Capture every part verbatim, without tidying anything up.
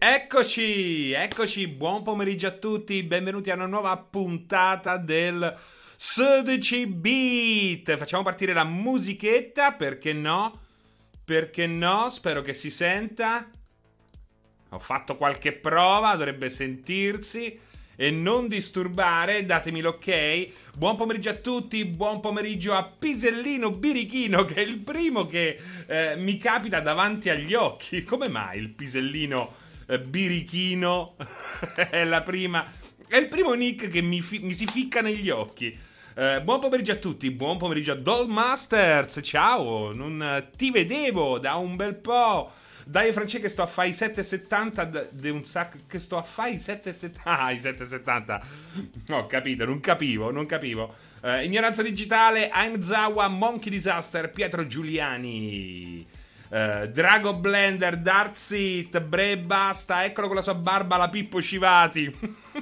Eccoci, eccoci, buon pomeriggio a tutti, benvenuti a una nuova puntata del sedici bit. Facciamo partire la musichetta, perché no? Perché no? Spero che si senta. Ho fatto qualche prova, dovrebbe sentirsi e non disturbare, datemi l'ok. Buon pomeriggio a tutti, buon pomeriggio a Pisellino Birichino, che è il primo che eh, mi capita davanti agli occhi. Come mai il Pisellino eh, Birichino è la prima, è il primo nick che mi, fi- mi si ficca negli occhi. Eh, buon pomeriggio a tutti, buon pomeriggio a Dollmasters, ciao, non ti vedevo da un bel po'. Dai Francesco che sto a fare i sette virgola settanta de un sacco, che sto a fare i sette virgola settanta. Ah, i sette virgola settanta. Ho capito, non capivo, non capivo. Uh, Ignoranza digitale, I'm Zawa, Monkey Disaster, Pietro Giuliani, uh, Drago Blender, Darkseat, Bre basta, eccolo con la sua barba, la Pippo Civati.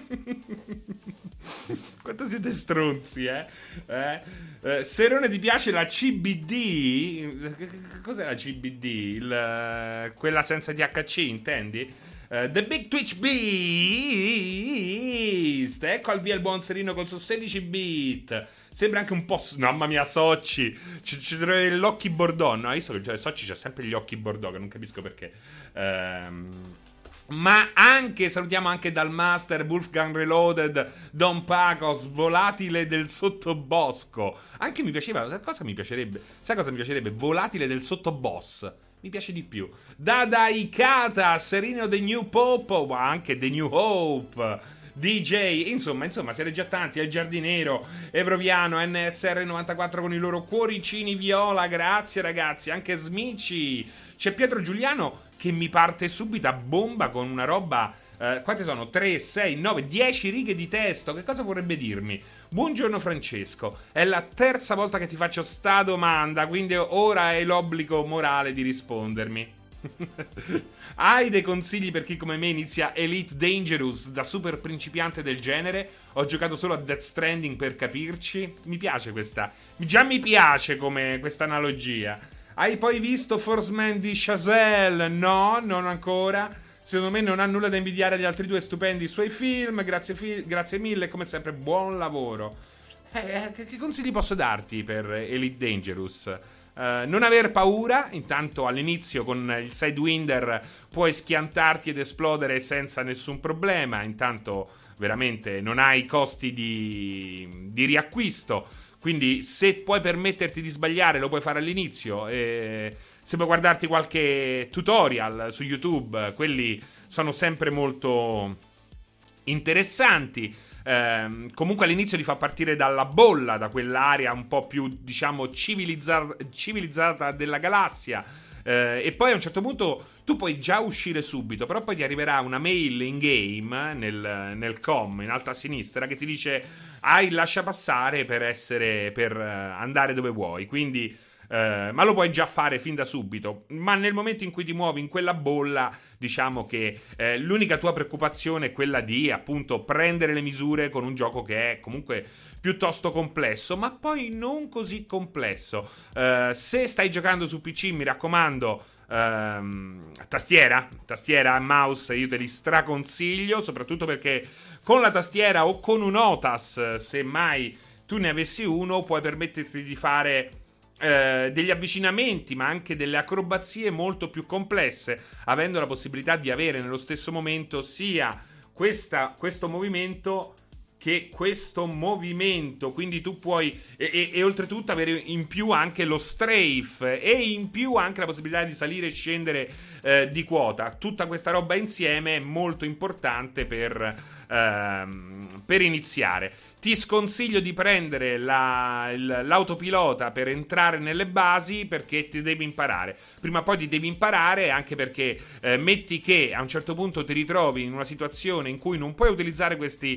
Quanto siete stronzi, eh? eh? Eh, Serone, ti piace la C B D? Cos'è la C B D? Il, quella senza T H C, intendi? Uh, The Big Twitch Beast. Ecco al via il buon Serino col suo sedici bit. Sembra anche un po'... Mamma mia, Socci. Ci, ci trovi l'occhi Bordeaux. No, io so che Socci c'ha sempre gli occhi Bordeaux, che non capisco perché. Ehm... Ma anche, salutiamo anche dal Master, Wolfgang Reloaded, Don Pacos, Volatile del Sottobosco. Anche mi piaceva, sai cosa mi piacerebbe? Sai cosa mi piacerebbe? Volatile del Sottoboss. Mi piace di più. Dada Ikata, Serino The New Popo, ma anche The New Hope, D J, insomma, insomma, siete già tanti. El Giardinero, Evroviano, N S R novantaquattro con i loro cuoricini viola, grazie ragazzi. Anche Smici. C'è Pietro Giuliano che mi parte subito a bomba con una roba... Eh, quante sono? tre, sei, nove, dieci righe di testo. Che cosa vorrebbe dirmi? Buongiorno Francesco, è la terza volta che ti faccio sta domanda, quindi ora hai l'obbligo morale di rispondermi. Hai dei consigli per chi come me inizia Elite Dangerous da super principiante del genere? Ho giocato solo a Death Stranding per capirci. Mi piace questa... Già mi piace come questa analogia. Hai poi visto Force Man di Chazelle? No, non ancora. Secondo me non ha nulla da invidiare agli altri due stupendi suoi film. Grazie, fi- grazie mille, come sempre buon lavoro. Eh, che, che consigli posso darti per Elite Dangerous? Uh, non aver paura. Intanto all'inizio con il Sidewinder puoi schiantarti ed esplodere senza nessun problema. Intanto veramente non hai costi di, di riacquisto. Quindi se puoi permetterti di sbagliare lo puoi fare all'inizio. E se puoi guardarti qualche tutorial su YouTube, quelli sono sempre molto interessanti. Eh, comunque all'inizio ti fa partire dalla bolla, da quell'area un po' più, diciamo, civilizza- civilizzata della galassia. Eh, e poi a un certo punto tu puoi già uscire subito, però poi ti arriverà una mail in game nel, nel com in alto a sinistra che ti dice hai il lascia passare per essere per andare dove vuoi, quindi eh, ma lo puoi già fare fin da subito. Ma nel momento in cui ti muovi in quella bolla, diciamo che eh, l'unica tua preoccupazione è quella di appunto prendere le misure con un gioco che è comunque piuttosto complesso, ma poi non così complesso. Uh, se stai giocando su P C, mi raccomando, uh, tastiera, tastiera e mouse, io te li straconsiglio, soprattutto perché con la tastiera o con un O T A S, se mai tu ne avessi uno, puoi permetterti di fare uh, degli avvicinamenti, ma anche delle acrobazie molto più complesse, avendo la possibilità di avere nello stesso momento sia questa, questo movimento che questo movimento, quindi tu puoi e, e, e oltretutto avere in più anche lo strafe e in più anche la possibilità di salire e scendere eh, di quota. Tutta questa roba insieme è molto importante per, ehm, per iniziare. Ti sconsiglio di prendere la, l'autopilota per entrare nelle basi, perché ti devi imparare. Prima o poi ti devi imparare, anche perché eh, metti che a un certo punto ti ritrovi in una situazione in cui non puoi utilizzare questi,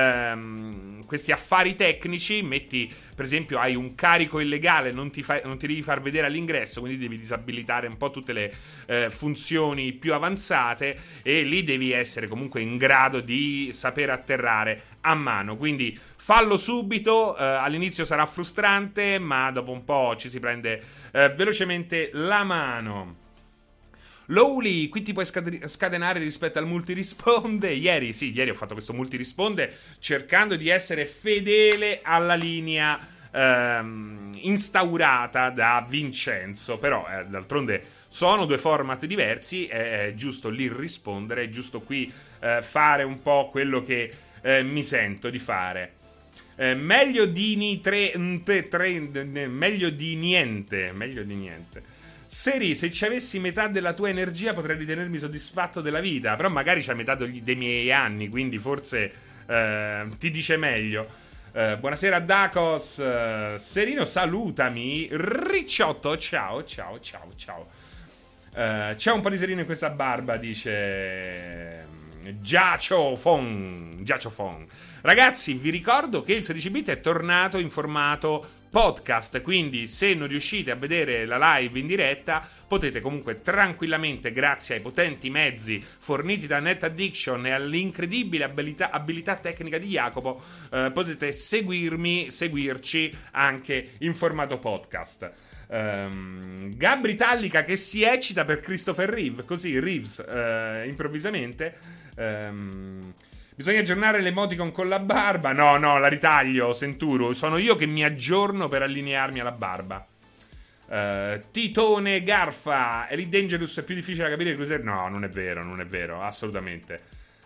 ehm, questi affari tecnici. Metti, per esempio, hai un carico illegale, non ti, fai, non ti devi far vedere all'ingresso, quindi devi disabilitare un po' tutte le eh, funzioni più avanzate, e lì devi essere comunque in grado di saper atterrare a mano. Quindi fallo subito, eh, all'inizio sarà frustrante, ma dopo un po' ci si prende eh, velocemente la mano. Lowly, qui ti puoi scad- scatenare rispetto al multirisponde. Ieri, sì, ieri ho fatto questo multirisponde cercando di essere fedele alla linea ehm, instaurata da Vincenzo. Però, eh, d'altronde, sono due format diversi. È, è giusto lì rispondere, è giusto qui eh, fare un po' quello che eh, mi sento di fare. Eh, meglio di ni tre, tre, tre, meglio di niente. Meglio di niente. Seri, se ci avessi metà della tua energia potrei ritenermi soddisfatto della vita. Però magari c'hai metà dei miei anni, quindi forse eh, ti dice meglio. eh, Buonasera Dacos. eh, Serino, salutami. Ricciotto, ciao, ciao, ciao, ciao. eh, C'è un po' di serino in questa barba, dice Giacio Fon. Giacio Fon. Ragazzi, vi ricordo che il sedici bit è tornato in formato podcast, quindi se non riuscite a vedere la live in diretta potete comunque tranquillamente, grazie ai potenti mezzi forniti da NetAddiction e all'incredibile abilità, abilità tecnica di Jacopo, eh, potete seguirmi, seguirci anche in formato podcast. Um, Gabri Tallica che si eccita per Christopher Reeve, così Reeves uh, improvvisamente. um, Bisogna aggiornare l'emoticon con la barba. No, no, la ritaglio, Senturo. Sono io che mi aggiorno per allinearmi alla barba. uh, Titone Garfa. Elite Dangerous è più difficile da capire che no, non è vero, non è vero, assolutamente.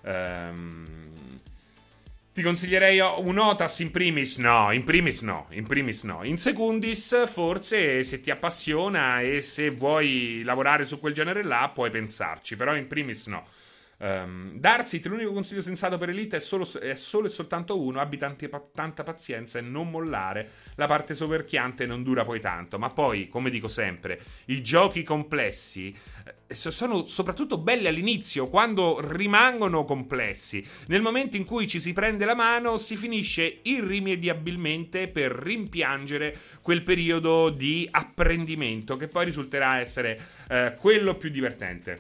um, Ti consiglierei un Otas in primis? No, in primis no, in primis no. In secundis, forse, se ti appassiona e se vuoi lavorare su quel genere là, puoi pensarci, però in primis no. Um, Darcy, l'unico consiglio sensato per Elite è solo, è solo e soltanto uno: abbi tanti, tanta pazienza e non mollare. La parte soverchiante non dura poi tanto. Ma poi, come dico sempre, i giochi complessi eh, sono soprattutto belli all'inizio, quando rimangono complessi. Nel momento in cui ci si prende la mano si finisce irrimediabilmente per rimpiangere quel periodo di apprendimento che poi risulterà essere eh, quello più divertente.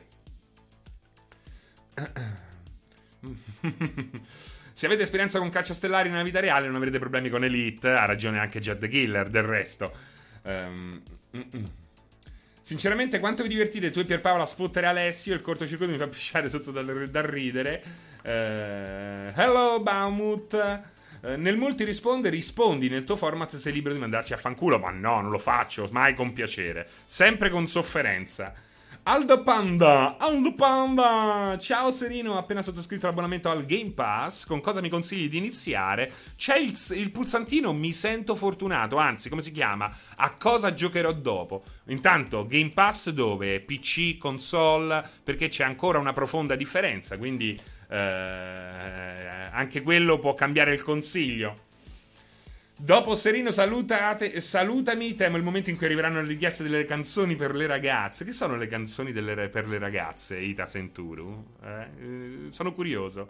Se avete esperienza con caccia stellari nella vita reale non avrete problemi con Elite. Ha ragione anche Jet the Killer, del resto. um, Sinceramente, quanto vi divertite tu e Pierpaolo a sfottere Alessio? Il cortocircuito mi fa pisciare sotto dal, dal ridere. uh, Hello Baumut. uh, Nel multi risponde, rispondi nel tuo format, sei libero di mandarci a fanculo. Ma no, non lo faccio mai con piacere, sempre con sofferenza. Aldo Panda, Aldo Panda, ciao Serino, ho appena sottoscritto l'abbonamento al Game Pass, con cosa mi consigli di iniziare? C'è il, il pulsantino mi sento fortunato, anzi, come si chiama? A cosa giocherò dopo? Intanto, Game Pass dove? P C, console, perché c'è ancora una profonda differenza, quindi eh, anche quello può cambiare il consiglio. Dopo Serino salutate, salutami, temo il momento in cui arriveranno le richieste delle canzoni per le ragazze. Che sono le canzoni delle, per le ragazze, Ita Senturu? Eh? Eh, sono curioso.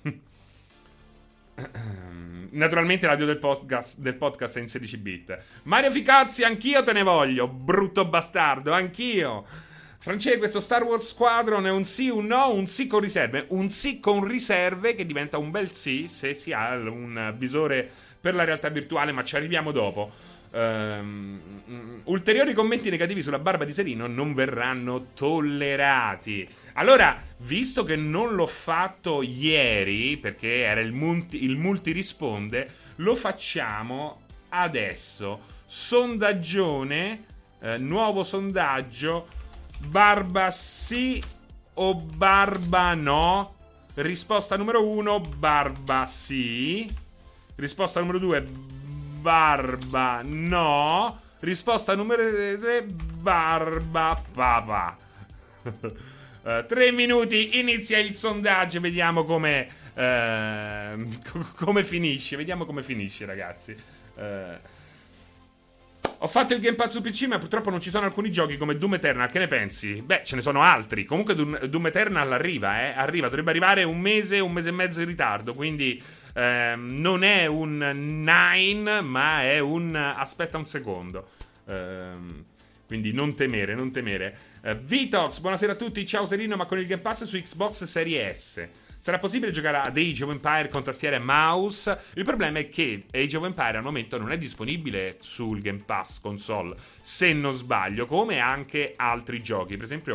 Naturalmente l'audio del podcast, del podcast è in sedici bit. Mario Ficazzi, anch'io te ne voglio, brutto bastardo, anch'io. Francesco, questo Star Wars Squadron è un sì, un no, un sì con riserve. Un sì con riserve che diventa un bel sì se si ha un visore per la realtà virtuale, ma ci arriviamo dopo. Um, ulteriori commenti negativi sulla barba di Serino non verranno tollerati. Allora, visto che non l'ho fatto ieri, perché era il multi, il multi risponde, lo facciamo adesso. Sondaggione, eh, nuovo sondaggio, barba sì o barba no? Risposta numero uno, barba sì. Risposta numero due, barba no. Risposta numero tre, barba papà. uh, Tre minuti, inizia il sondaggio. Vediamo come uh, come finisce. Vediamo come finisce, ragazzi. uh, Ho fatto il Game Pass su P C, ma purtroppo non ci sono alcuni giochi come Doom Eternal. Che ne pensi? Beh, ce ne sono altri. Comunque Doom, Doom Eternal arriva, eh Arriva, dovrebbe arrivare un mese, un mese e mezzo in ritardo. Quindi eh, non è un nine, ma è un aspetta un secondo. eh, Quindi non temere, non temere. eh, Vitox, buonasera a tutti. Ciao Serino, ma con il Game Pass su Xbox Series S sarà possibile giocare ad Age of Empire con tastiera e mouse? Il problema è che Age of Empire al momento non è disponibile sul Game Pass console, se non sbaglio, come anche altri giochi. Per esempio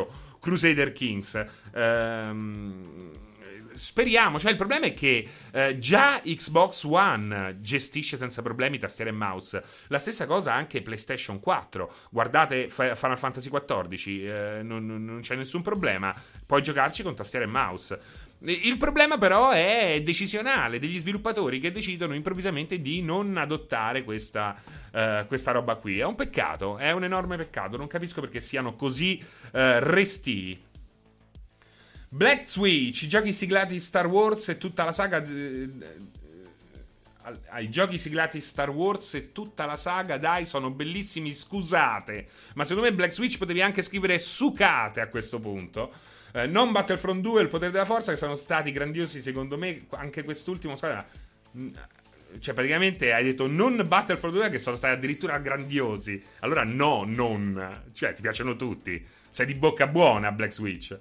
Crusader Kings. Ehm... Speriamo, cioè il problema è che eh, già Xbox One gestisce senza problemi tastiera e mouse. La stessa cosa anche PlayStation quattro. Guardate Final Fantasy quattordici, eh, non, non c'è nessun problema. Puoi giocarci con tastiera e mouse. Il problema però è decisionale, degli sviluppatori che decidono improvvisamente di non adottare questa, uh, questa roba qui. È un peccato, è un enorme peccato. Non capisco perché siano così uh, restii. Black Switch, i giochi siglati Star Wars e tutta la saga... ai giochi siglati Star Wars e tutta la saga, dai, sono bellissimi, scusate. Ma secondo me Black Switch potevi anche scrivere sucate a questo punto. Eh, non Battlefront due e il potere della forza, che sono stati grandiosi secondo me. Anche quest'ultimo, squadra, cioè praticamente hai detto non Battlefront due, che sono stati addirittura grandiosi. Allora no, non. Cioè ti piacciono tutti. Sei di bocca buona Black Switch.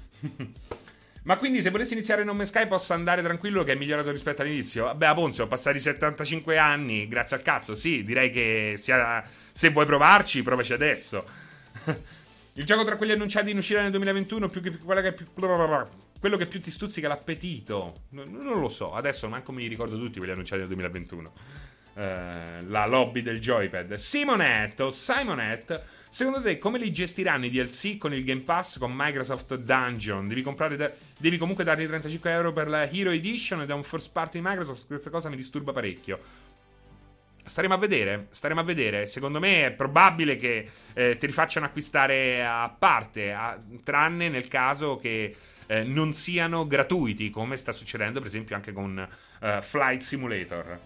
Ma quindi se volessi iniziare No Man's Sky posso andare tranquillo che è migliorato rispetto all'inizio? Beh, Ponzio, ho passati settantacinque anni, grazie al cazzo. Sì, direi che sia... se vuoi provarci, provaci adesso. Il gioco tra quelli annunciati in uscita nel duemilaventuno, più che quella che più... quello che più ti stuzzica l'appetito. Non, non lo so, adesso manco mi ricordo tutti quelli annunciati nel duemilaventuno. Uh, la lobby del joypad. Simonette o Simonette, secondo te come li gestiranno i D L C con il Game Pass, con Microsoft Dungeon? Devi comprare da, devi comunque dargli trentacinque euro per la Hero Edition ed è un first party di Microsoft. Questa cosa mi disturba parecchio. Staremo a vedere, staremo a vedere. Secondo me è probabile che eh, te li facciano acquistare a parte, a, tranne nel caso che eh, non siano gratuiti, come sta succedendo per esempio anche con uh, Flight Simulator.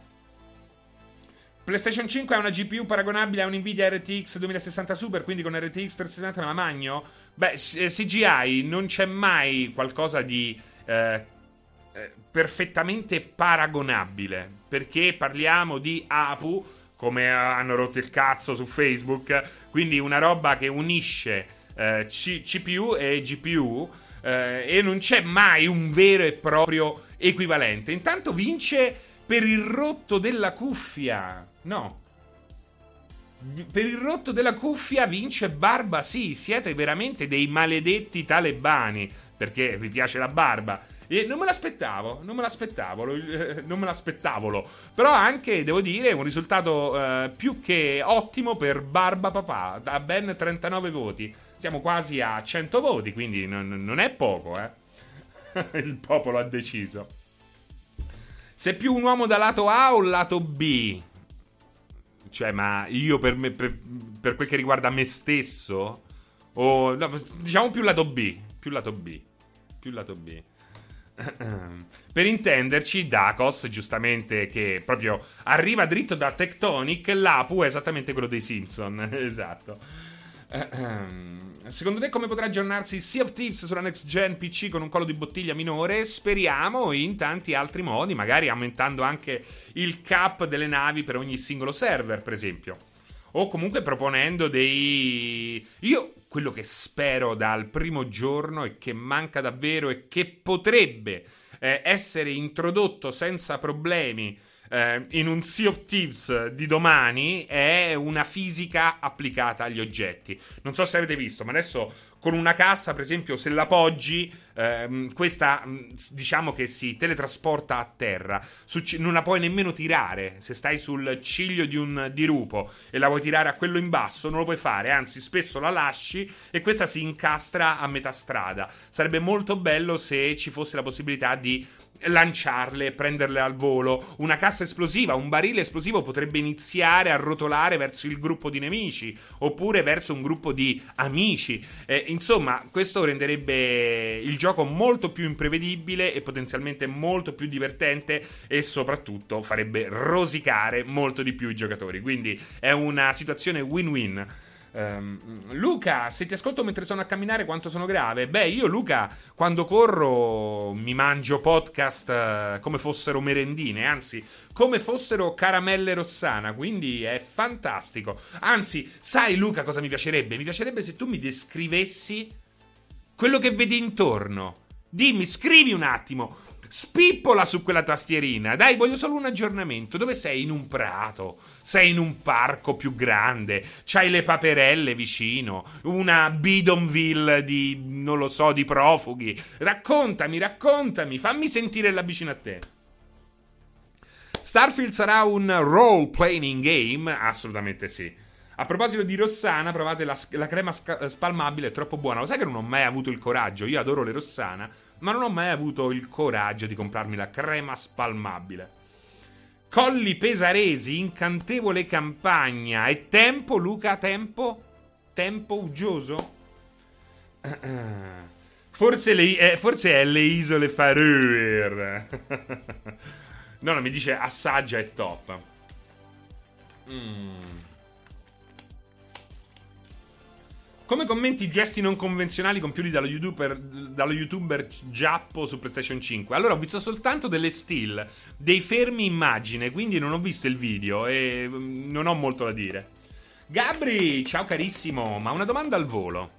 PlayStation cinque ha una G P U paragonabile a un Nvidia R T X duemilasessanta Super, quindi con R T X trecentosessanta me la magno? Beh, C G I non c'è mai qualcosa di eh, perfettamente paragonabile, perché parliamo di A P U, come hanno rotto il cazzo su Facebook, quindi una roba che unisce eh, C- CPU e G P U, eh, e non c'è mai un vero e proprio equivalente. Intanto vince per il rotto della cuffia. No, per il rotto della cuffia vince barba. Sì, siete veramente dei maledetti talebani, perché vi piace la barba. E non me l'aspettavo, non me l'aspettavo, eh, non me l'aspettavolo. Però anche, devo dire, un risultato eh, più che ottimo per Barba Papà, da ben trentanove voti. Siamo quasi a cento voti, quindi non, non è poco, eh. Il popolo ha deciso. Sei più un uomo da lato A o lato B? Cioè, ma io per, me, per, per quel che riguarda me stesso, o no, diciamo più lato B, più lato B, più lato B. Per intenderci, Dakos, giustamente, che proprio arriva dritto da Tectonic, l'A P U è esattamente quello dei Simpson. Esatto. Secondo te come potrà aggiornarsi Sea of Thieves sulla next gen P C con un collo di bottiglia minore? Speriamo in tanti altri modi, magari aumentando anche il cap delle navi per ogni singolo server, per esempio. O comunque proponendo dei... Io quello che spero dal primo giorno e che manca davvero e che potrebbe eh, essere introdotto senza problemi eh, in un Sea of Thieves di domani è una fisica applicata agli oggetti. Non so se avete visto, ma adesso con una cassa, per esempio, se la poggi, ehm, questa diciamo che si teletrasporta a terra. Su, non la puoi nemmeno tirare. Se stai sul ciglio di un dirupo e la vuoi tirare a quello in basso, non lo puoi fare. Anzi, spesso la lasci e questa si incastra a metà strada. Sarebbe molto bello se ci fosse la possibilità di lanciarle, prenderle al volo. Una cassa esplosiva, un barile esplosivo potrebbe iniziare a rotolare verso il gruppo di nemici oppure verso un gruppo di amici. Eh, insomma, questo renderebbe il gioco molto più imprevedibile e potenzialmente molto più divertente e soprattutto farebbe rosicare molto di più i giocatori. Quindi è una situazione win-win. Um, Luca, se ti ascolto mentre sono a camminare quanto sono grave? Beh, io Luca quando corro mi mangio podcast uh, come fossero merendine, anzi come fossero caramelle Rossana, quindi è fantastico. Anzi, sai Luca cosa mi piacerebbe? Mi piacerebbe se tu mi descrivessi quello che vedi intorno. Dimmi, scrivi un attimo spippola su quella tastierina. Dai, voglio solo un aggiornamento. Dove sei? In un prato? Sei in un parco più grande? C'hai le paperelle vicino? Una bidonville di, non lo so, di profughi? Raccontami, raccontami, fammi sentire là vicino a te. Starfield sarà un role-playing game? Assolutamente sì. A proposito di Rossana, provate la, la crema sca- spalmabile, è troppo buona. Lo sai che non ho mai avuto il coraggio? Io adoro le Rossana, ma non ho mai avuto il coraggio di comprarmi la crema spalmabile. Colli Pesaresi, incantevole campagna. E tempo, Luca, tempo? Tempo uggioso? Forse, le, eh, forse è le isole Faroe. No, no, mi dice assaggia è top. Mm. Come commenti i gesti non convenzionali compiuti dallo youtuber, dallo youtuber Giappo su PlayStation cinque? Allora, ho visto soltanto delle still, dei fermi immagine, quindi non ho visto il video e non ho molto da dire. Gabri, ciao carissimo, ma una domanda al volo.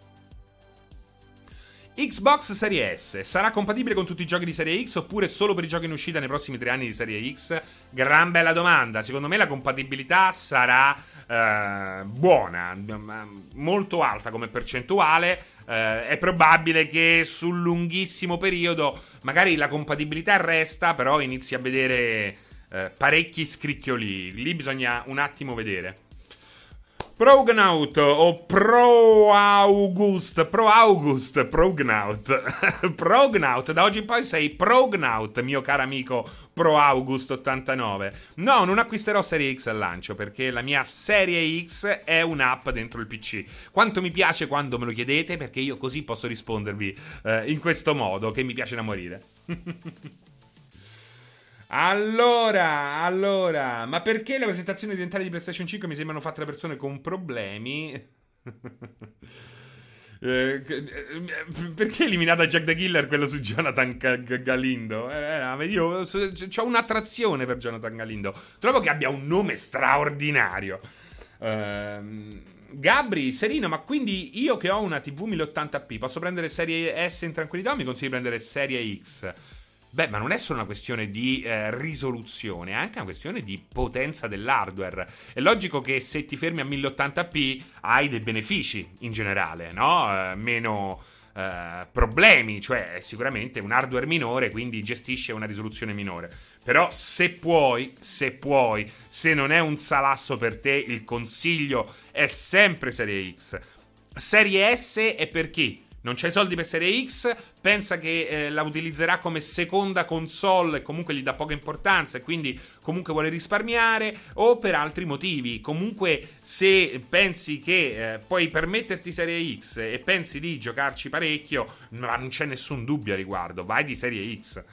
Xbox Serie S sarà compatibile con tutti i giochi di Serie X oppure solo per i giochi in uscita nei prossimi tre anni di Serie X? Gran bella domanda. Secondo me la compatibilità sarà eh, buona, molto alta come percentuale. Eh, è probabile che sul lunghissimo periodo magari la compatibilità resta, però inizi a vedere eh, parecchi scricchioli. Lì bisogna un attimo vedere. Prognaut o Pro August, Pro August, Prognaut, Prognaut, da oggi in poi sei Prognaut, mio caro amico Pro August ottantanove. No, non acquisterò Serie X al lancio perché la mia Serie X è un'app dentro il P C. Quanto mi piace quando me lo chiedete, perché io così posso rispondervi eh, in questo modo, che mi piace da morire. Allora, allora, ma perché le presentazioni orientali di PlayStation cinque mi sembrano fatte da persone con problemi? eh, perché è eliminata Jack the Killer quello su Jonathan Galindo? Eh, io ho un'attrazione per Jonathan Galindo. Trovo che abbia un nome straordinario. Ehm... Gabri, Serino, ma quindi io che ho una tivù mille ottanta p posso prendere Serie S in tranquillità o mi consigli di prendere Serie X? Beh, ma non è solo una questione di eh, risoluzione, è anche una questione di potenza dell'hardware. È logico che se ti fermi a mille ottanta p hai dei benefici in generale, no? Eh, meno eh, problemi, cioè è sicuramente un hardware minore, quindi gestisce una risoluzione minore. Però se puoi, se puoi, se non è un salasso per te, il consiglio è sempre Serie X. Serie S è per chi? Non c'hai soldi per Serie X, pensa che eh, la utilizzerà come seconda console e comunque gli dà poca importanza e quindi comunque vuole risparmiare, o per altri motivi. Comunque se pensi che eh, puoi permetterti Serie X e pensi di giocarci parecchio, ma non c'è nessun dubbio a riguardo, vai di Serie X.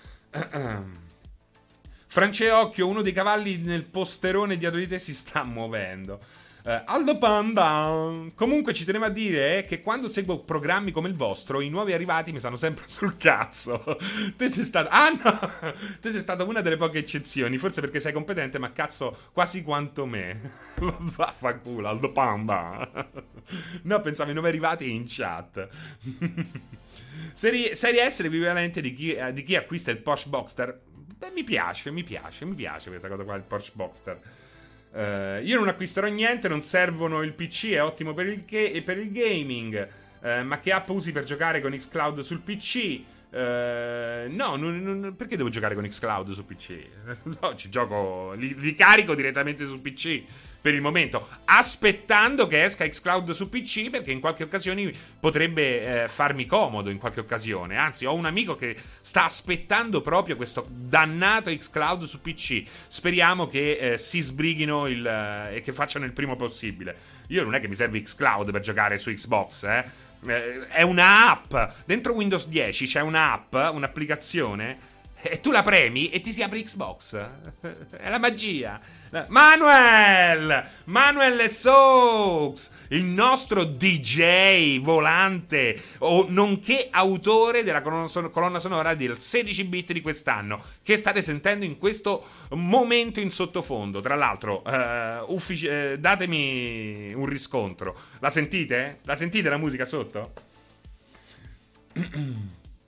Franceocchio, uno dei cavalli nel posterone dietro di te si sta muovendo. Uh, Aldo Panda. Comunque ci tenevo a dire eh, che quando seguo programmi come il vostro, i nuovi arrivati mi stanno sempre sul cazzo. Te sei stato. Ah no! Te sei stata una delle poche eccezioni. Forse perché sei competente, ma cazzo, quasi quanto me. Vaffanculo, Aldo Panda. No, pensavo ai nuovi arrivati in chat. Serie, serie S l'equivalente di chi, eh, di chi acquista il Porsche Boxster. Beh, mi piace, mi piace, mi piace questa cosa qua, il Porsche Boxster. Uh, io non acquisterò niente, non servono il P C, è ottimo per il, ga- per il gaming. Uh, ma che app usi per giocare con xCloud sul P C? Uh, no, non, non, perché devo giocare con xCloud sul P C? No, ci gioco, li ricarico direttamente sul P C per il momento, aspettando che esca xCloud su P C, perché in qualche occasione potrebbe eh, farmi comodo in qualche occasione. Anzi, ho un amico che sta aspettando proprio questo dannato xCloud su P C. Speriamo che eh, si sbrighino il, eh, e che facciano il primo possibile. Io non è che mi serve xCloud per giocare su Xbox, eh. eh è una app. Dentro Windows dieci c'è un'app, un'applicazione, e tu la premi e ti si apre Xbox. È la magia. Manuel! Manuel Soaks, il nostro D J volante, o nonché autore della colonna sonora del sedici bit di quest'anno, che state sentendo in questo momento in sottofondo. Tra l'altro, uh, uffici- uh, datemi un riscontro. La sentite? La sentite la musica sotto?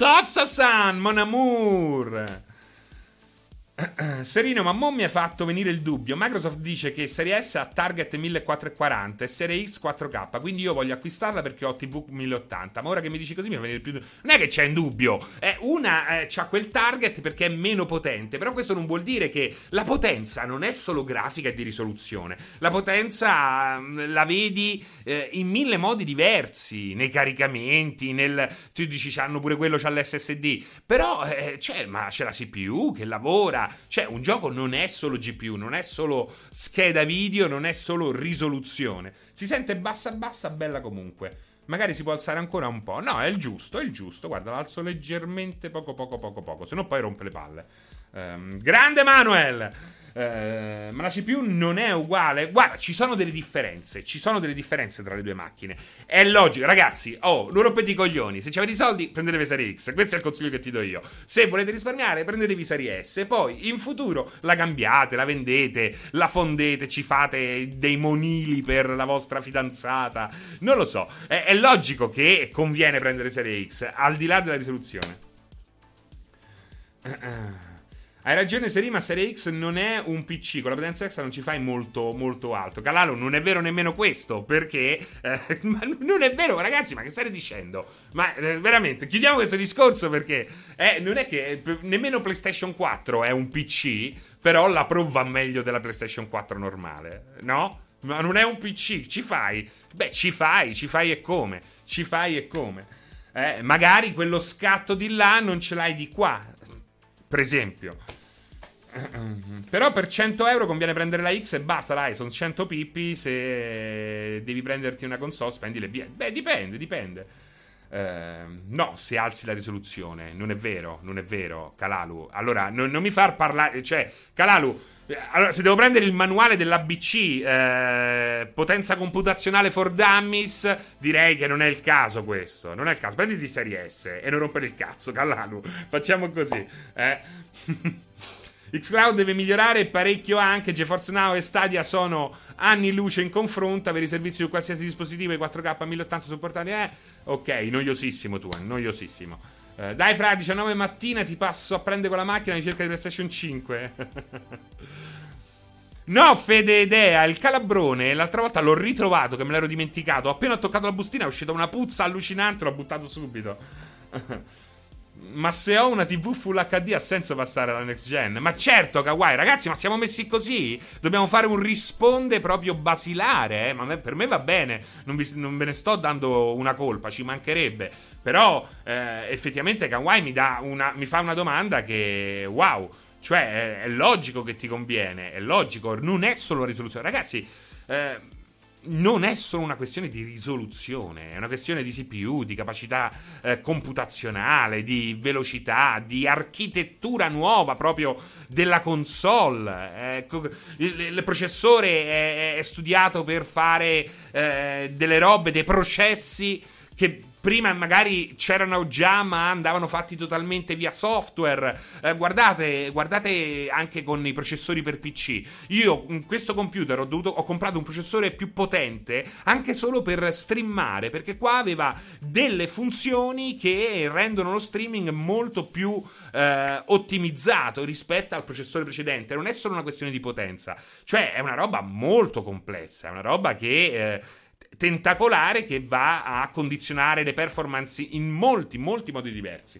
Tozza-san, mon amour. Serino, ma mo mi hai fatto venire il dubbio. Microsoft dice che Serie S ha target millequattrocentoquaranta e Serie X quattro K, quindi io voglio acquistarla perché ho T V mille ottanta. Ma ora che mi dici così mi fa venire più. Non è che c'è un dubbio, eh, una eh, c'ha quel target perché è meno potente. Però questo non vuol dire che la potenza non è solo grafica e di risoluzione. La potenza mh, la vedi eh, in mille modi diversi, nei caricamenti, nel. Tu dici c'hanno pure quello, c'ha l'S S D. Però eh, c'è, ma c'è la C P U che lavora. Cioè, un gioco non è solo G P U, non è solo scheda video, non è solo risoluzione. Si sente bassa bassa, bella comunque. Magari si può alzare ancora un po'. No, è il giusto, è il giusto. Guarda, l'alzo leggermente, poco poco poco poco. Se no poi rompe le palle. Um, grande Manuel! Uh, ma la C P U non è uguale. Guarda, ci sono delle differenze. Ci sono delle differenze tra le due macchine. È logico, ragazzi. Oh, non rompete i coglioni. Se avete i soldi, prendetevi Serie X. Questo è il consiglio che ti do io. Se volete risparmiare, prendetevi Serie S. Poi in futuro la cambiate, la vendete, la fondete, ci fate dei monili per la vostra fidanzata. Non lo so. È, è logico che conviene prendere Serie X, al di là della risoluzione. Uh-uh. Hai ragione Seri, ma Serie X non è un P C, con la potenza extra non ci fai molto molto alto. Calalo, non è vero nemmeno questo, perché eh, ma non è vero, ragazzi, ma che state dicendo? Ma eh, veramente, chiudiamo questo discorso perché eh, non è che eh, nemmeno PlayStation quattro è un P C, però la Pro va meglio della PlayStation quattro normale, no? Ma non è un P C, ci fai? Beh, ci fai, ci fai e come? Ci fai e come? Eh, magari quello scatto di là non ce l'hai di qua, per esempio. Però per cento euro conviene prendere la X e basta, dai, sono cento pippi. Se devi prenderti una console spendi le via. Beh, dipende, dipende. eh, No, se alzi la risoluzione. Non è vero, non è vero, Calalu. Allora, non, non mi far parlare. Cioè, Calalu, allora, se devo prendere il manuale dell'A B C, eh, potenza computazionale for dummies, direi che non è il caso questo. Non è il caso. Prenditi Serie S e non rompere il cazzo, Calalu. Facciamo così, eh. Xcloud deve migliorare parecchio anche. GeForce Now e Stadia sono anni luce in confronto. Avere i servizi su qualsiasi dispositivo, i quattro K mille ottanta supportati. Eh, ok, noiosissimo tu, noiosissimo. Uh, dai fra, diciannove mattina ti passo a prendere con la macchina in cerca di PlayStation cinque. No, Fede Idea, il calabrone l'altra volta l'ho ritrovato che me l'ero dimenticato. Appena ho toccato la bustina è uscita una puzza allucinante, l'ho buttato subito. Ma se ho una T V Full H D ha senso passare alla next gen? Ma certo, Kawaii, ragazzi, ma siamo messi così? Dobbiamo fare un risponde proprio basilare, eh? Ma me, per me va bene, non, vi, non ve ne sto dando una colpa, ci mancherebbe. Però eh, effettivamente Kawaii mi, dà una, mi fa una domanda che, wow, cioè è, è logico che ti conviene, è logico, non è solo risoluzione. Ragazzi, eh, non è solo una questione di risoluzione, è una questione di C P U, di capacità eh, computazionale, di velocità, di architettura nuova proprio della console. Eh, il, il processore è, è studiato per fare eh, delle robe, dei processi che prima magari c'erano già ma andavano fatti totalmente via software. eh, guardate, guardate anche con i processori per P C. Io in questo computer ho, dovuto, ho comprato un processore più potente anche solo per streamare, perché qua aveva delle funzioni che rendono lo streaming molto più eh, ottimizzato rispetto al processore precedente. Non è solo una questione di potenza, cioè è una roba molto complessa, è una roba che eh, tentacolare, che va a condizionare le performance in molti, molti modi diversi.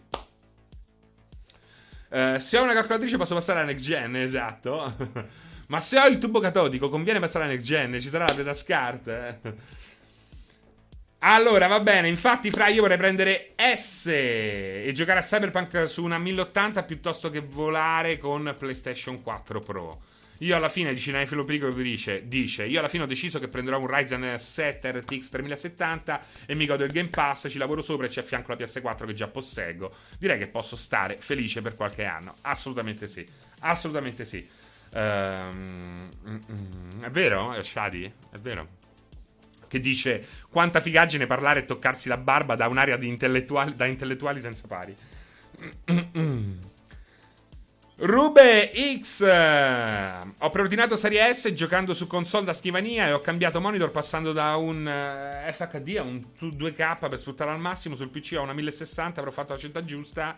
Uh, se ho una calcolatrice posso passare alla next gen, esatto. Ma se ho il tubo catodico conviene passare alla next gen, ci sarà la presa SCART. Eh. Allora, va bene, infatti fra io vorrei prendere S e giocare a Cyberpunk su una mille ottanta piuttosto che volare con PlayStation quattro Pro. Io alla fine, dice Nefilo Pericolo, dice, dice Io alla fine ho deciso che prenderò un Ryzen sette R T X tremilasettanta e mi godo il Game Pass, ci lavoro sopra e ci affianco la P S quattro che già posseggo. Direi che posso stare felice per qualche anno. Assolutamente sì, assolutamente sì. um, mm, mm, È vero, Shadi? È vero che dice quanta figaggine parlare e toccarsi la barba da un'area di intellettuali, da intellettuali senza pari. Rube X, eh, ho preordinato Serie S giocando su console da scrivania e ho cambiato monitor passando da un eh, F H D a un due K per sfruttarlo al massimo. Sul P C ho una mille sessanta, avrò fatto la scelta giusta.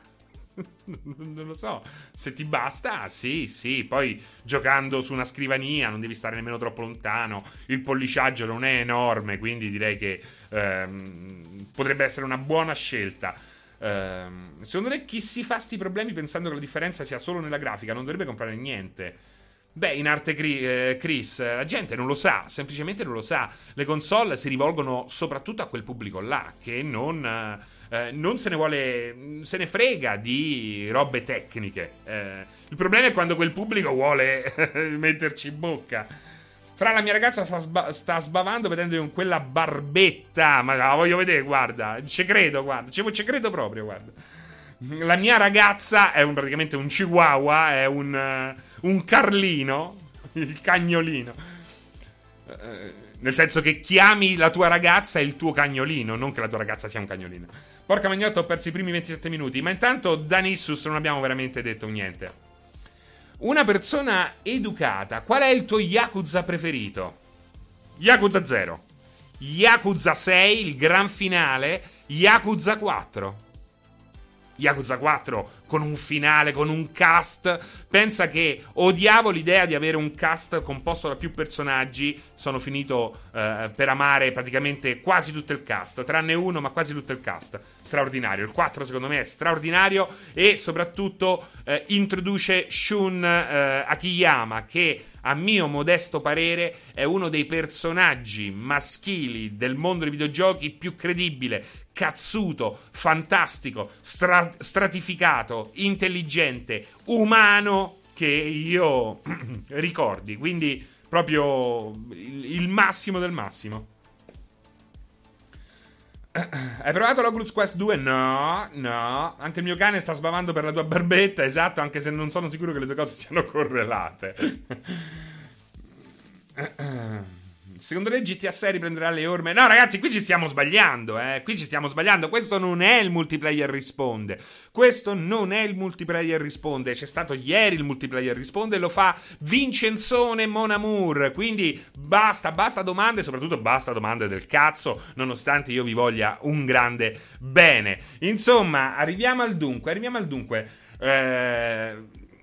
Non lo so, se ti basta, sì, sì. Poi giocando su una scrivania non devi stare nemmeno troppo lontano. Il polliciaggio non è enorme, quindi direi che ehm, potrebbe essere una buona scelta. ehm, Secondo te chi si fa sti problemi pensando che la differenza sia solo nella grafica non dovrebbe comprare niente? Beh, in arte Chris, la gente non lo sa, semplicemente non lo sa. Le console si rivolgono soprattutto a quel pubblico là che non, eh, non se ne vuole, se ne frega di robe tecniche. Eh, il problema è quando quel pubblico vuole metterci in bocca. Fra, la mia ragazza sta, sba- sta sbavando vedendo con quella barbetta, ma la voglio vedere, guarda, ci credo, guarda, ci, ci credo proprio, guarda. La mia ragazza è un, praticamente un chihuahua, è un, uh, un carlino, il cagnolino. Uh, nel senso che chiami la tua ragazza il tuo cagnolino, non che la tua ragazza sia un cagnolino. Porca magnotta, ho perso i primi ventisette minuti. Ma intanto, Danissus, non abbiamo veramente detto niente. Una persona educata, qual è il tuo Yakuza preferito? Yakuza zero, Yakuza sei, il gran finale, Yakuza quattro. Yakuza quattro con un finale, con un cast. Pensa che odiavo l'idea di avere un cast composto da più personaggi. Sono finito eh, per amare praticamente quasi tutto il cast, tranne uno, ma quasi tutto il cast. Straordinario. Il quattro secondo me è straordinario e soprattutto eh, introduce Shun eh, Akiyama, che a mio modesto parere è uno dei personaggi maschili del mondo dei videogiochi più credibile, cazzuto, fantastico, stra- stratificato, intelligente, umano che io ricordi. Quindi proprio il, il massimo del massimo. Hai provato l'Oculus Quest due? No, no. Anche il mio cane sta sbavando per la tua barbetta, esatto, anche se non sono sicuro che le due cose siano correlate. Secondo te G T A sei riprenderà le orme? No, ragazzi, qui ci stiamo sbagliando, eh. Qui ci stiamo sbagliando. Questo non è il multiplayer risponde. Questo non è il multiplayer risponde. C'è stato ieri il multiplayer risponde e lo fa Vincenzone Mon Amour. Quindi basta, basta domande, soprattutto basta domande del cazzo, nonostante io vi voglia un grande bene. Insomma, arriviamo al dunque, arriviamo al dunque. Eh...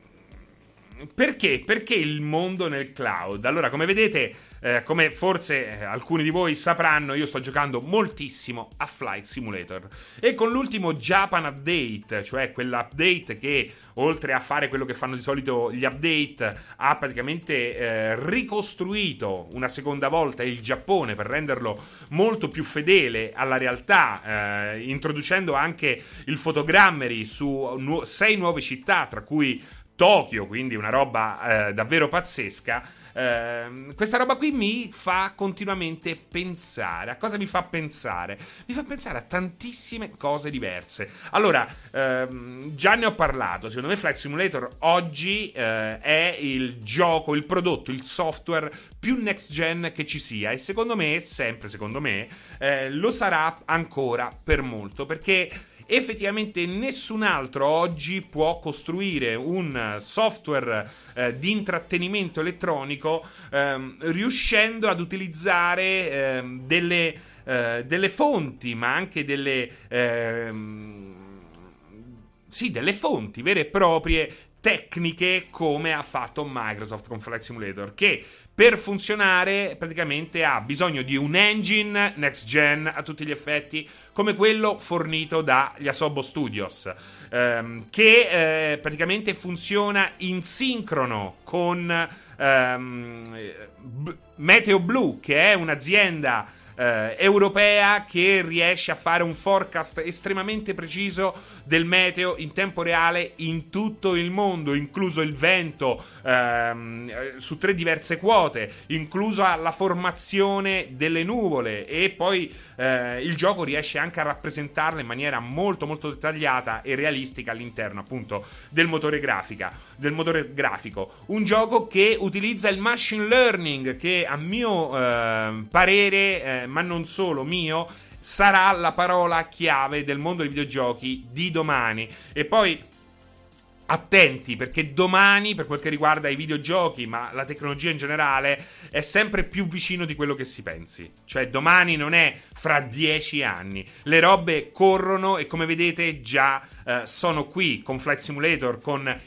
Perché? Perché il mondo nel cloud? Allora, come vedete, eh, come forse eh, alcuni di voi sapranno, io sto giocando moltissimo a Flight Simulator. E con l'ultimo Japan Update, cioè quell'update che, oltre a fare quello che fanno di solito gli update, ha praticamente eh, ricostruito una seconda volta il Giappone per renderlo molto più fedele alla realtà, eh, introducendo anche il photogrammetry su nu- sei nuove città, tra cui Tokyo, quindi una roba eh, davvero pazzesca. Eh, questa roba qui mi fa continuamente pensare. A cosa mi fa pensare? Mi fa pensare a tantissime cose diverse. Allora, ehm, già ne ho parlato. Secondo me Flight Simulator oggi eh, è il gioco, il prodotto, il software più next gen che ci sia. E secondo me, sempre secondo me, eh, lo sarà ancora per molto, perché effettivamente nessun altro oggi può costruire un software eh, di intrattenimento elettronico ehm, riuscendo ad utilizzare ehm, delle, eh, delle fonti, ma anche delle ehm, sì, delle fonti vere e proprie tecniche, come ha fatto Microsoft con Flight Simulator, che per funzionare praticamente ha bisogno di un engine next gen a tutti gli effetti, come quello fornito dagli Asobo Studios, ehm, che eh, praticamente funziona in sincrono con ehm, B- Meteo Blue, che è un'azienda Eh, europea che riesce a fare un forecast estremamente preciso del meteo in tempo reale in tutto il mondo, incluso il vento ehm, su tre diverse quote, inclusa la formazione delle nuvole, e poi eh, il gioco riesce anche a rappresentarle in maniera molto molto dettagliata e realistica all'interno appunto del motore grafica, del motore grafico. Un gioco che utilizza il machine learning, che a mio eh, parere eh, ma non solo mio, sarà la parola chiave del mondo dei videogiochi di domani. E poi attenti, perché domani, per quel che riguarda i videogiochi, ma la tecnologia in generale, è sempre più vicino di quello che si pensi. Cioè domani non è fra dieci anni, le robe corrono e come vedete già eh, sono qui con Flight Simulator, con A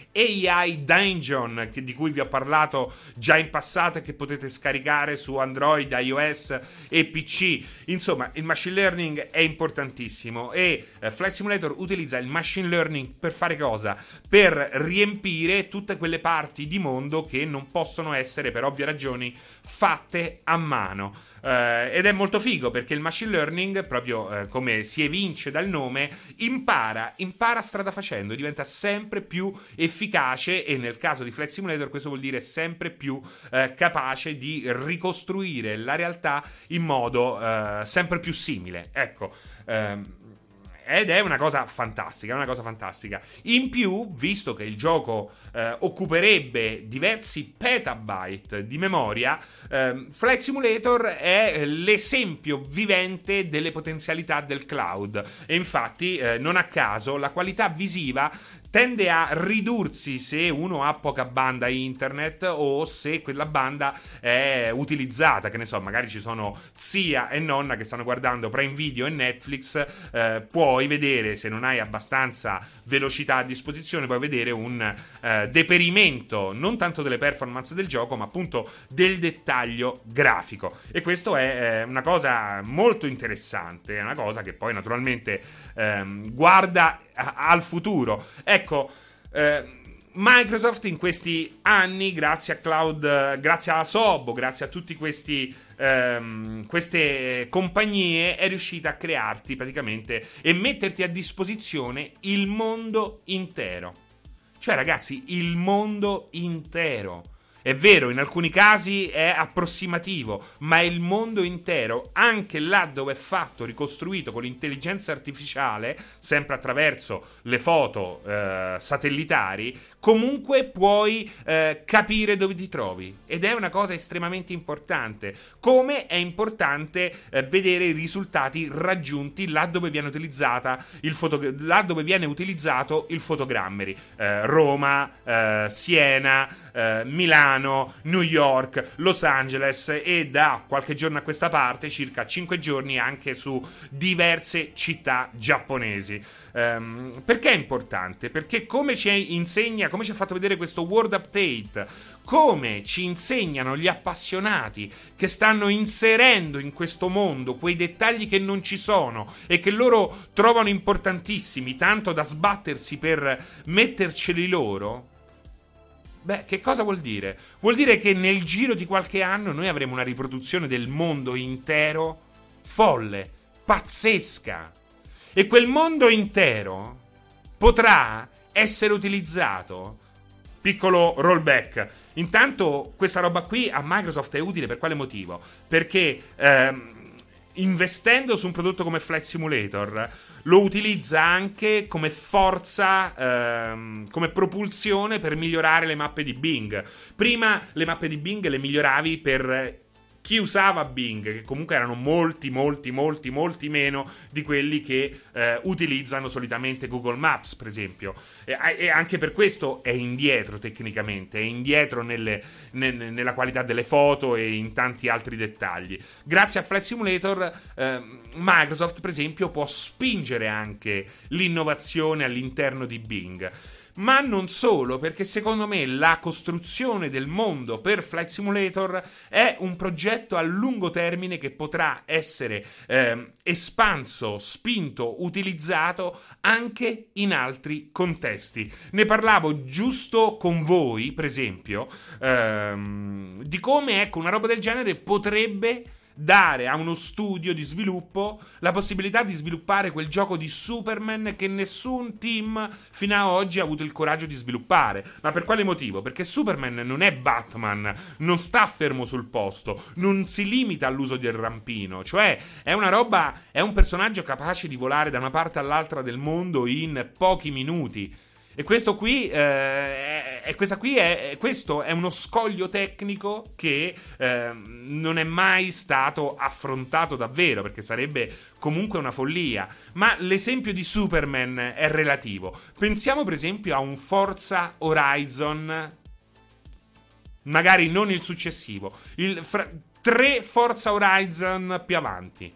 I Dungeon, che, di cui vi ho parlato già in passato e che potete scaricare su Android, iOS e P C. Insomma, il machine learning è importantissimo e eh, Flight Simulator utilizza il machine learning per fare cosa? Per riempire tutte quelle parti di mondo che non possono essere, per ovvie ragioni, fatte a mano. Uh, ed è molto figo perché il machine learning, proprio uh, come si evince dal nome, impara, impara strada facendo, diventa sempre più efficace e nel caso di Flight Simulator questo vuol dire sempre più uh, capace di ricostruire la realtà in modo uh, sempre più simile. Ecco. Um, Ed è una cosa fantastica, è una cosa fantastica. In più, visto che il gioco eh, occuperebbe diversi petabyte di memoria, eh, Flight Simulator è l'esempio vivente delle potenzialità del cloud. E infatti, eh, non a caso, la qualità visiva tende a ridursi se uno ha poca banda internet o se quella banda è utilizzata, che ne so, magari ci sono zia e nonna che stanno guardando Prime Video e Netflix, eh, puoi vedere, se non hai abbastanza velocità a disposizione, puoi vedere un eh, deperimento non tanto delle performance del gioco ma appunto del dettaglio grafico, e questo è eh, una cosa molto interessante, è una cosa che poi naturalmente ehm, guarda a- al futuro. Ecco, eh, Microsoft in questi anni, grazie a Cloud, grazie a Asobo, grazie a tutti questi ehm, queste compagnie, è riuscita a crearti praticamente e metterti a disposizione il mondo intero. Cioè, ragazzi, il mondo intero. È vero, in alcuni casi è approssimativo, ma è il mondo intero, anche là dove è fatto, ricostruito con l'intelligenza artificiale, sempre attraverso le foto eh, satellitari, comunque puoi eh, capire dove ti trovi. Ed è una cosa estremamente importante. Come è importante eh, vedere i risultati raggiunti là dove viene utilizzata il foto- là dove viene utilizzato il fotogrammetry. Eh, Roma, eh, Siena, eh, Milano, New York, Los Angeles e da qualche giorno a questa parte, circa cinque giorni, anche su diverse città giapponesi. Um, perché è importante? Perché come ci insegna, come ci ha fatto vedere questo World Update, come ci insegnano gli appassionati che stanno inserendo in questo mondo quei dettagli che non ci sono e che loro trovano importantissimi, tanto da sbattersi per metterceli loro. Beh, che cosa vuol dire? Vuol dire che nel giro di qualche anno noi avremo una riproduzione del mondo intero folle, pazzesca. E quel mondo intero potrà essere utilizzato. Piccolo rollback. Intanto questa roba qui a Microsoft è utile per quale motivo? Perché ehm, investendo su un prodotto come Flight Simulator lo utilizza anche come forza, ehm, come propulsione per migliorare le mappe di Bing. Prima le mappe di Bing le miglioravi per chi usava Bing, che comunque erano molti, molti, molti, molti meno di quelli che eh, utilizzano solitamente Google Maps, per esempio. E, e anche per questo è indietro tecnicamente, è indietro nelle, ne, nella qualità delle foto e in tanti altri dettagli. Grazie a Flight Simulator, eh, Microsoft, per esempio, può spingere anche l'innovazione all'interno di Bing. Ma non solo, perché secondo me la costruzione del mondo per Flight Simulator è un progetto a lungo termine che potrà essere eh, espanso, spinto, utilizzato anche in altri contesti. Ne parlavo giusto con voi, per esempio, ehm, di come, ecco, una roba del genere potrebbe dare a uno studio di sviluppo la possibilità di sviluppare quel gioco di Superman che nessun team fino ad oggi ha avuto il coraggio di sviluppare. Ma per quale motivo? Perché Superman non è Batman, non sta fermo sul posto, non si limita all'uso del rampino, cioè è una roba, è un personaggio capace di volare da una parte all'altra del mondo in pochi minuti. E questo qui eh, e questa qui è, questo è uno scoglio tecnico che eh, non è mai stato affrontato davvero, perché sarebbe comunque una follia. Ma l'esempio di Superman è relativo. Pensiamo per esempio a un Forza Horizon, magari non il successivo, il fra, tre Forza Horizon più avanti.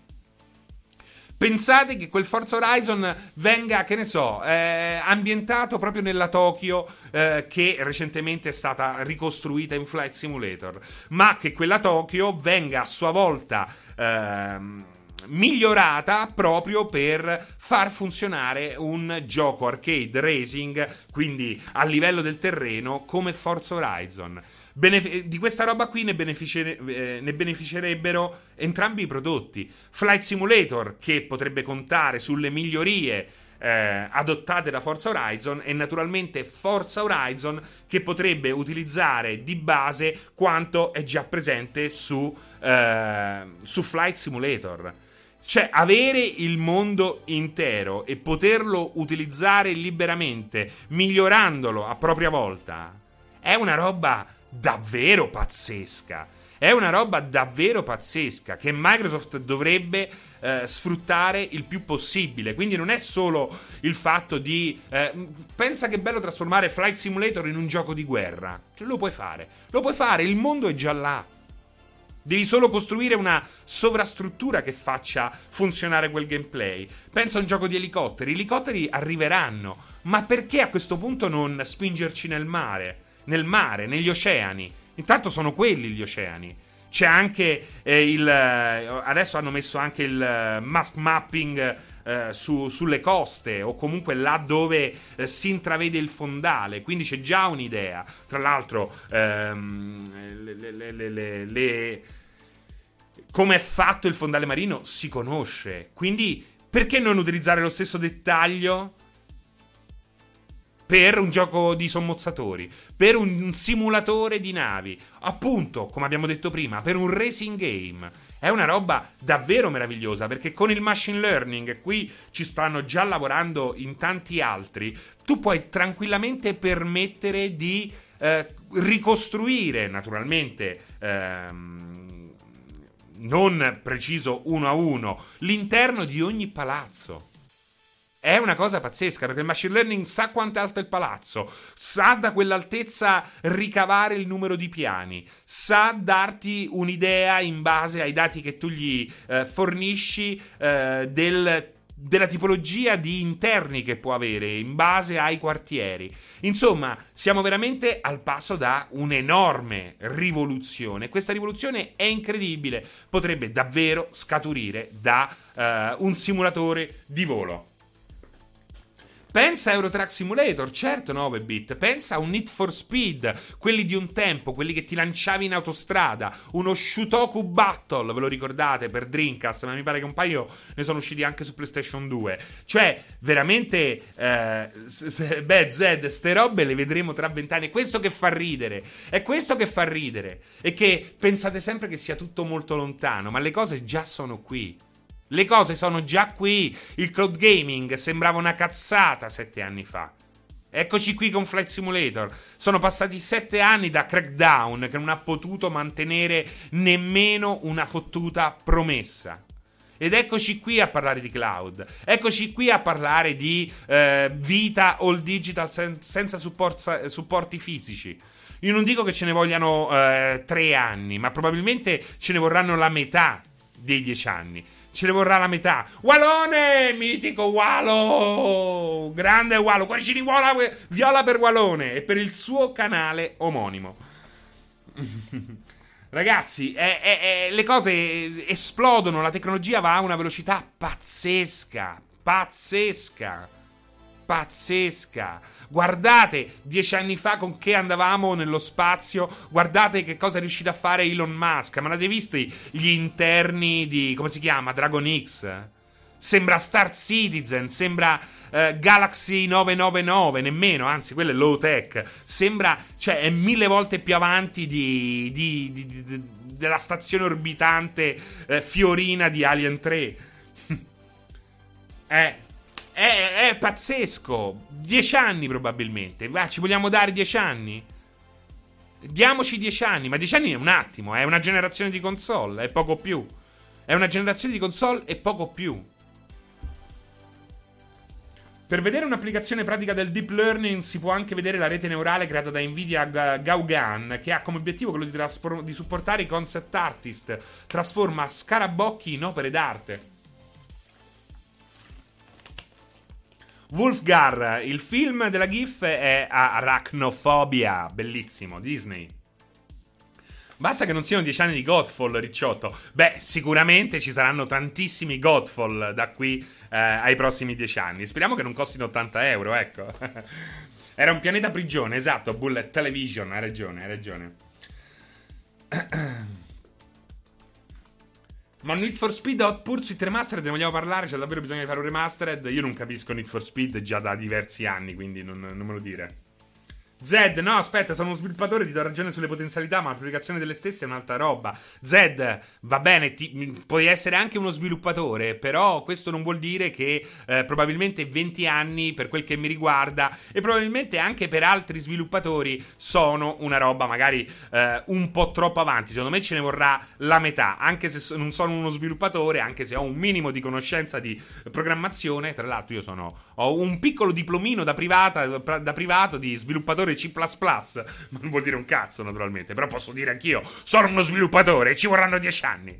Pensate che quel Forza Horizon venga, che ne so, eh, ambientato proprio nella Tokyo eh, che recentemente è stata ricostruita in Flight Simulator, ma che quella Tokyo venga a sua volta ehm, migliorata proprio per far funzionare un gioco arcade racing, quindi a livello del terreno, come Forza Horizon. Benef- di questa roba qui ne, beneficie- eh, ne beneficerebbero entrambi i prodotti. Flight Simulator, che potrebbe contare sulle migliorie eh, adottate da Forza Horizon, e naturalmente Forza Horizon, che potrebbe utilizzare di base quanto è già presente su, eh, su Flight Simulator. Cioè, avere il mondo intero e poterlo utilizzare liberamente, migliorandolo a propria volta, è una roba davvero pazzesca. È una roba davvero pazzesca che Microsoft dovrebbe eh, sfruttare il più possibile. Quindi non è solo il fatto di eh, pensa che è bello trasformare Flight Simulator in un gioco di guerra. Cioè, lo puoi fare. Lo puoi fare, il mondo è già là. Devi solo costruire una sovrastruttura che faccia funzionare quel gameplay. Pensa a un gioco di elicotteri. Gli elicotteri arriveranno, ma perché a questo punto non spingerci nel mare? Nel mare, negli oceani. Intanto sono quelli gli oceani. C'è anche eh, il... adesso hanno messo anche il mask mapping eh, su, sulle coste, o comunque là dove eh, si intravede il fondale. Quindi c'è già un'idea. Tra l'altro ehm, le, le, le, le, le... come è fatto il fondale marino si conosce. Quindi perché non utilizzare lo stesso dettaglio per un gioco di sommozzatori, per un simulatore di navi, appunto, come abbiamo detto prima, per un racing game? È una roba davvero meravigliosa, perché con il machine learning, qui ci stanno già lavorando in tanti altri, tu puoi tranquillamente permettere di eh, ricostruire, naturalmente ehm, non preciso uno a uno, l'interno di ogni palazzo. È una cosa pazzesca, perché il machine learning sa quanto è alto il palazzo, sa da quell'altezza ricavare il numero di piani, sa darti un'idea in base ai dati che tu gli eh, fornisci eh, del, della tipologia di interni che può avere in base ai quartieri. Insomma, siamo veramente al passo da un'enorme rivoluzione. Questa rivoluzione è incredibile, potrebbe davvero scaturire da eh, un simulatore di volo. Pensa a Euro Truck Simulator, certo nove bit. Pensa a un Need for Speed, quelli di un tempo, quelli che ti lanciavi in autostrada. Uno Shutoku Battle, ve lo ricordate, per Dreamcast, ma mi pare che un paio ne sono usciti anche su PlayStation due. Cioè, veramente, eh, beh, Zed, ste robe le vedremo tra vent'anni. È questo che fa ridere. È questo che fa ridere. E che pensate sempre che sia tutto molto lontano, ma le cose già sono qui. Le cose sono già qui. Il cloud gaming sembrava una cazzata sette anni fa. Eccoci qui con Flight Simulator. Sono passati sette anni da Crackdown, che non ha potuto mantenere nemmeno una fottuta promessa. Ed eccoci qui a parlare di cloud. Eccoci qui a parlare di eh, vita all digital sen- senza support- supporti fisici. Io non dico che ce ne vogliano eh, tre anni, ma probabilmente ce ne vorranno la metà dei dieci anni. Ce ne vorrà la metà. Walone, mitico Walo, grande Walo, cuoricini viola, viola per Walone e per il suo canale omonimo. Ragazzi, è, è, è, le cose esplodono, la tecnologia va a una velocità pazzesca, pazzesca, pazzesca. Guardate dieci anni fa con che andavamo nello spazio, guardate che cosa è riuscito a fare Elon Musk. Ma l'avete visti gli interni di, come si chiama, Dragon X? Sembra Star Citizen, sembra eh, Galaxy nove nove nove, nemmeno, anzi quello è low tech. Sembra, cioè è mille volte più avanti di, di, di, di, di della stazione orbitante eh, Fiorina di Alien tre. eh È, è pazzesco. Dieci anni probabilmente. Va, ci vogliamo dare dieci anni? Diamoci dieci anni. Ma dieci anni è un attimo. È una generazione di console. È poco più. È una generazione di console e poco più. Per vedere un'applicazione pratica del deep learning si può anche vedere la rete neurale creata da Nvidia Gaugan, che ha come obiettivo quello di, trasfor- di supportare i concept artist. Trasforma scarabocchi in opere d'arte. Wolfgar, il film della GIF è Arachnophobia, bellissimo, Disney. Basta che non siano dieci anni di Godfall, Ricciotto. Beh, sicuramente ci saranno tantissimi Godfall da qui eh, ai prossimi dieci anni. Speriamo che non costino ottanta euro, ecco. Era un pianeta prigione, esatto, Bullet Television, hai ragione, hai ragione. Ma Need for Speed Hot Pursuit Remastered ne vogliamo parlare? C'è davvero bisogno di fare un remastered? Io non capisco Need for Speed già da diversi anni, quindi non, non me lo dire. Zed, no, aspetta, sono uno sviluppatore, ti do ragione sulle potenzialità, ma l'applicazione delle stesse è un'altra roba. Zed, va bene, ti, puoi essere anche uno sviluppatore, però questo non vuol dire che eh, probabilmente venti anni, per quel che mi riguarda, e probabilmente anche per altri sviluppatori, sono una roba magari eh, un po' troppo avanti. Secondo me ce ne vorrà la metà, anche se so, non sono uno sviluppatore, anche se ho un minimo di conoscenza di programmazione. Tra l'altro io sono ho un piccolo diplomino da, privata, da privato di sviluppatore C plus plus, ma non vuol dire un cazzo naturalmente, però posso dire anch'io sono uno sviluppatore e ci vorranno dieci anni.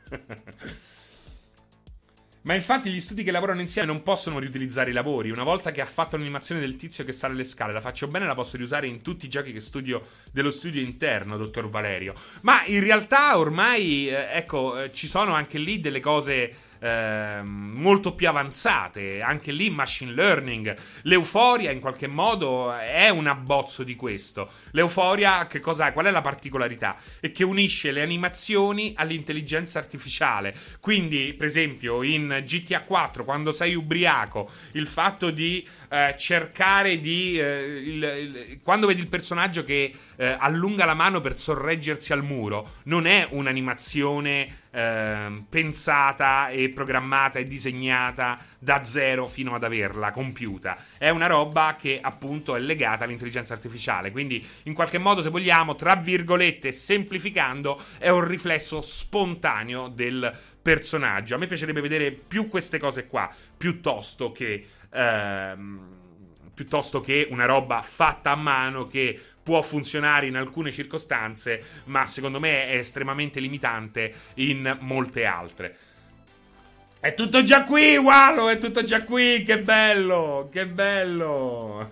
Ma infatti gli studi che lavorano insieme non possono riutilizzare i lavori. Una volta che ha fatto l'animazione del tizio che sale le scale, la faccio bene, la posso riusare in tutti i giochi che studio dello studio interno, dottor Valerio. Ma in realtà ormai eh, ecco eh, ci sono anche lì delle cose eh, molto più avanzate. Anche lì machine learning. L'Euforia in qualche modo è un abbozzo di questo. L'Euforia che cos'è? Qual è la particolarità? È che unisce le animazioni all'intelligenza artificiale. Quindi per esempio in G T A quattro, quando sei ubriaco, il fatto di eh, cercare di eh, il, il, quando vedi il personaggio che eh, allunga la mano per sorreggersi al muro, non è un'animazione eh, pensata e programmata e disegnata da zero fino ad averla compiuta. È una roba che appunto è legata all'intelligenza artificiale. Quindi in qualche modo, se vogliamo, tra virgolette, semplificando, è un riflesso spontaneo del personaggio. A me piacerebbe vedere più queste cose qua, piuttosto che ehm, piuttosto che una roba fatta a mano che può funzionare in alcune circostanze, ma secondo me è estremamente limitante in molte altre. È tutto già qui, Wallo, è tutto già qui, che bello, che bello.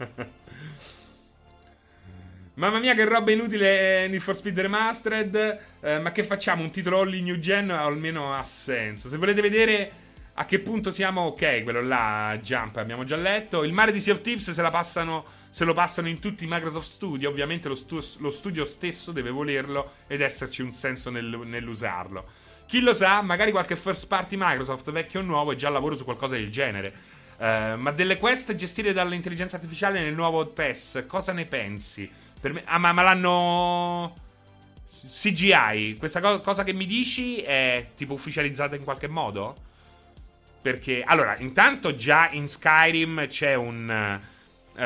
Mamma mia, che roba inutile, Need for Speed Remastered. Eh, ma che facciamo? Un titolo only new gen almeno ha senso. Se volete vedere a che punto siamo, ok, quello là, Jump, abbiamo già letto. Il mare di Sea of Thieves se la passano, se lo passano in tutti i Microsoft Studio. Ovviamente lo, stu- lo studio stesso deve volerlo ed esserci un senso nel- nell'usarlo. Chi lo sa, magari qualche first party Microsoft, vecchio o nuovo, è già al lavoro su qualcosa del genere. Uh, ma delle quest gestite dall'intelligenza artificiale nel nuovo P E S, cosa ne pensi? Per me, ah, ma, ma l'hanno C G I. Questa co- cosa che mi dici è tipo ufficializzata in qualche modo? Perché, allora, intanto già in Skyrim c'è un uh,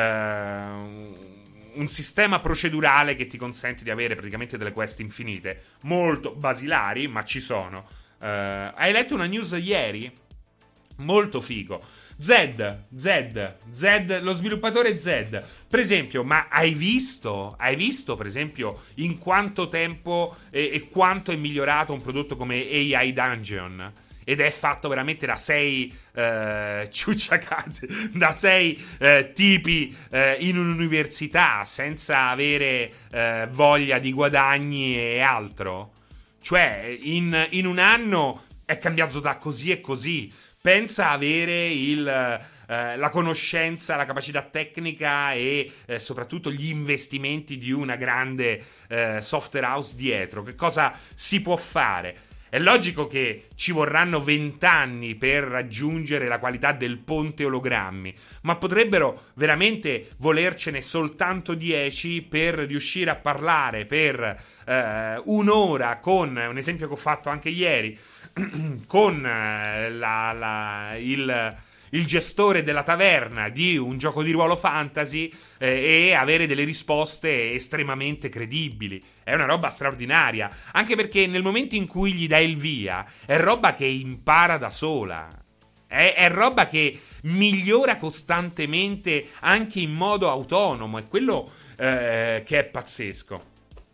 un sistema procedurale che ti consente di avere praticamente delle quest infinite, molto basilari, ma ci sono. Uh, hai letto una news ieri? Molto figo. Zed, Zed, Zed, lo sviluppatore Zed. Per esempio, ma hai visto, hai visto per esempio in quanto tempo e, e quanto è migliorato un prodotto come A I Dungeon? Ed è fatto veramente da sei eh, ciucciacazzi, da sei eh, tipi eh, in un'università senza avere eh, voglia di guadagni e altro. Cioè, in, in un anno è cambiato da così e così. Pensa avere il, eh, la conoscenza, la capacità tecnica e eh, soprattutto gli investimenti di una grande eh, software house dietro. Che cosa si può fare? È logico che ci vorranno vent'anni per raggiungere la qualità del ponte ologrammi, ma potrebbero veramente volercene soltanto dieci per riuscire a parlare per eh, un'ora con, un esempio che ho fatto anche ieri, con eh, la, la, il, il gestore della taverna di un gioco di ruolo fantasy eh, e avere delle risposte estremamente credibili. È una roba straordinaria, anche perché nel momento in cui gli dai il via è roba che impara da sola. È, è roba che migliora costantemente anche in modo autonomo. È quello eh, che è pazzesco.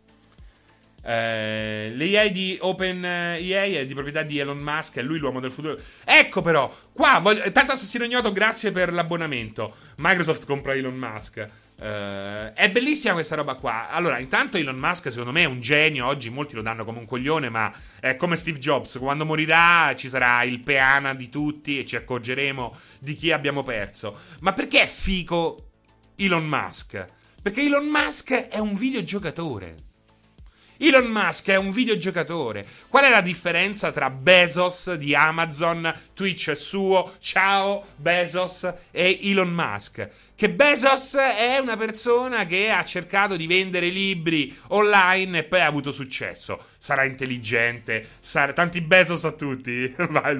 Eh, l'A I di OpenAI è di proprietà di Elon Musk, è lui l'uomo del futuro. Ecco però, qua voglio, tanto Assassino Ignoto, grazie per l'abbonamento. Microsoft compra Elon Musk. Eh, è bellissima questa roba qua. Allora, intanto Elon Musk secondo me è un genio. Oggi molti lo danno come un coglione, ma è come Steve Jobs. Quando morirà ci sarà il peana di tutti e ci accorgeremo di chi abbiamo perso. Ma perché è figo Elon Musk? Perché Elon Musk è un videogiocatore. Elon Musk è un videogiocatore. Qual è la differenza tra Bezos di Amazon, Twitch è suo, ciao Bezos, e Elon Musk? Che Bezos è una persona che ha cercato di vendere libri online e poi ha avuto successo. Sarà intelligente, sarà... tanti Bezos a tutti. Vai,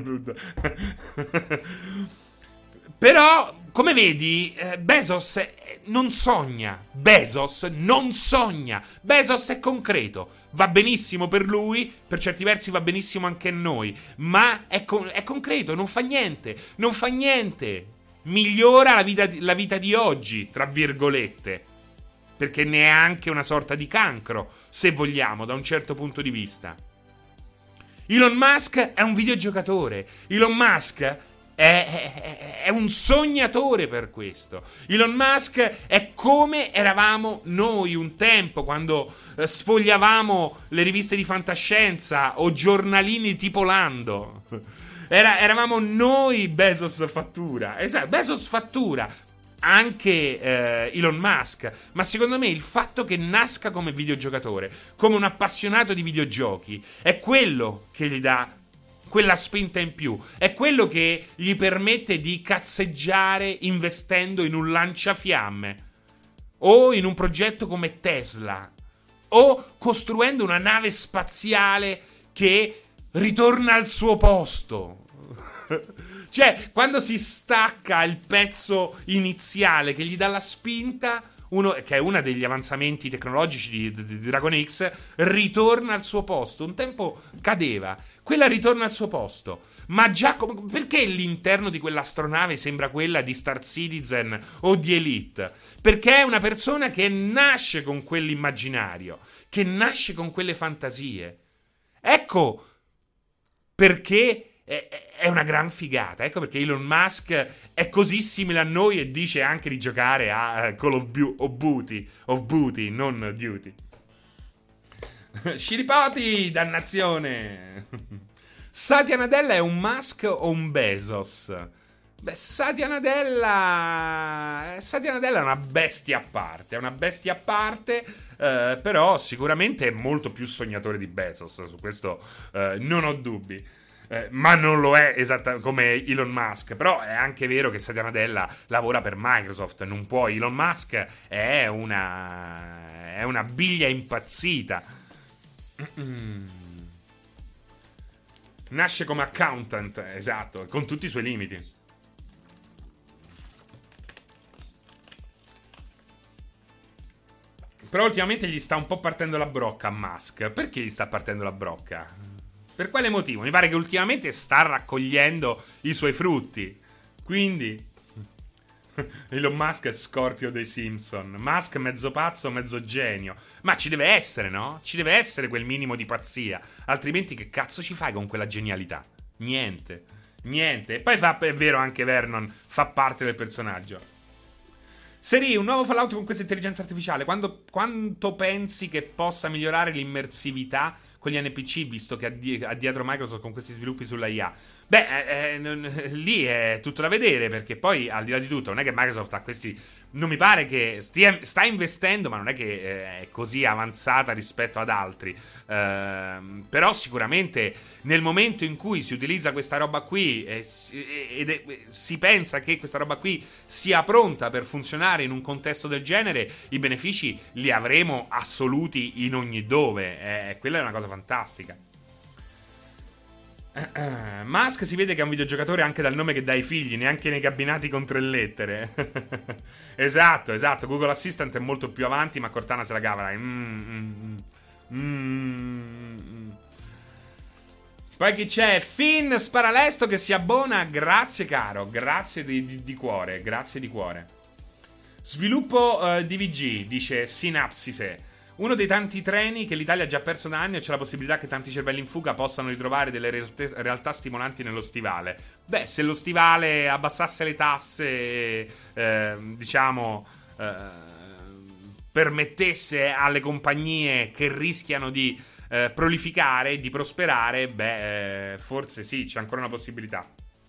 però, come vedi, eh, Bezos non sogna. Bezos non sogna. Bezos è concreto. Va benissimo per lui, per certi versi va benissimo anche a noi. Ma è, con- è concreto, non fa niente. Non fa niente. Migliora la vita, di- la vita di oggi, tra virgolette. Perché ne è anche una sorta di cancro, se vogliamo, da un certo punto di vista. Elon Musk è un videogiocatore. Elon Musk... È, è, è un sognatore per questo. Elon Musk è come eravamo noi un tempo quando eh, sfogliavamo le riviste di fantascienza o giornalini tipo Lando. Era, eravamo noi Bezos fattura. Esatto, Bezos fattura anche eh, Elon Musk. Ma secondo me il fatto che nasca come videogiocatore, come un appassionato di videogiochi, è quello che gli dà quella spinta in più, è quello che gli permette di cazzeggiare investendo in un lanciafiamme o in un progetto come Tesla o costruendo una nave spaziale che ritorna al suo posto. Cioè, quando si stacca il pezzo iniziale che gli dà la spinta, uno, che è uno degli avanzamenti tecnologici di, di, di Dragon X, ritorna al suo posto. Un tempo cadeva, quella ritorna al suo posto. Ma già, com- perché l'interno di quell'astronave sembra quella di Star Citizen o di Elite? Perché è una persona che nasce con quell'immaginario, che nasce con quelle fantasie. Ecco perché è una gran figata. Ecco perché Elon Musk è così simile a noi e dice anche di giocare a Call of, Bu- of Booty, of Booty, non Duty. Sciripoti, dannazione. Satya Nadella è un Musk o un Bezos? Beh, Satya Nadella Satya Nadella è una bestia a parte, è una bestia a parte, eh, però sicuramente è molto più sognatore di Bezos, su questo eh, non ho dubbi. Eh, ma non lo è esattamente come Elon Musk. Però è anche vero che Satya Nadella lavora per Microsoft, non può. Elon Musk è una è una biglia impazzita. Nasce come accountant, esatto, con tutti i suoi limiti. Però ultimamente gli sta un po' partendo la brocca a Musk. Perché gli sta partendo la brocca? Per quale motivo? Mi pare che ultimamente sta raccogliendo i suoi frutti. Quindi Elon Musk è Scorpio dei Simpson. Musk mezzo pazzo, mezzo genio. Ma ci deve essere, no? Ci deve essere quel minimo di pazzia. Altrimenti che cazzo ci fai con quella genialità? Niente. Niente. E poi fa, è vero, anche Vernon fa parte del personaggio. Seri, un nuovo Fallout con questa intelligenza artificiale. Quando, quanto pensi che possa migliorare l'immersività con gli N P C, visto che ha dietro Microsoft con questi sviluppi sulla I A? Beh, eh, eh, lì è tutto da vedere, perché poi, al di là di tutto, non è che Microsoft ha questi... Non mi pare che stia, sta investendo, ma non è che eh, è così avanzata rispetto ad altri. Eh, però sicuramente nel momento in cui si utilizza questa roba qui e si, ed è, si pensa che questa roba qui sia pronta per funzionare in un contesto del genere, i benefici li avremo assoluti in ogni dove. Eh, quella è una cosa fantastica. Musk si vede che è un videogiocatore anche dal nome che dà ai figli, neanche nei cabinati con tre lettere. Esatto, esatto. Google Assistant è molto più avanti, ma Cortana se la cava. Dai. Mm, mm, mm, mm. Poi chi c'è? Finn Sparalesto che si abbona. Grazie caro, grazie di, di, di cuore, grazie di cuore. Sviluppo uh, D V G, dice Synapsise. Uno dei tanti treni che l'Italia ha già perso da anni, e c'è la possibilità che tanti cervelli in fuga possano ritrovare delle re- realtà stimolanti nello stivale. Beh, se lo stivale abbassasse le tasse, eh, diciamo, eh, permettesse alle compagnie che rischiano di eh, prolificare, di prosperare, beh, eh, forse sì, c'è ancora una possibilità.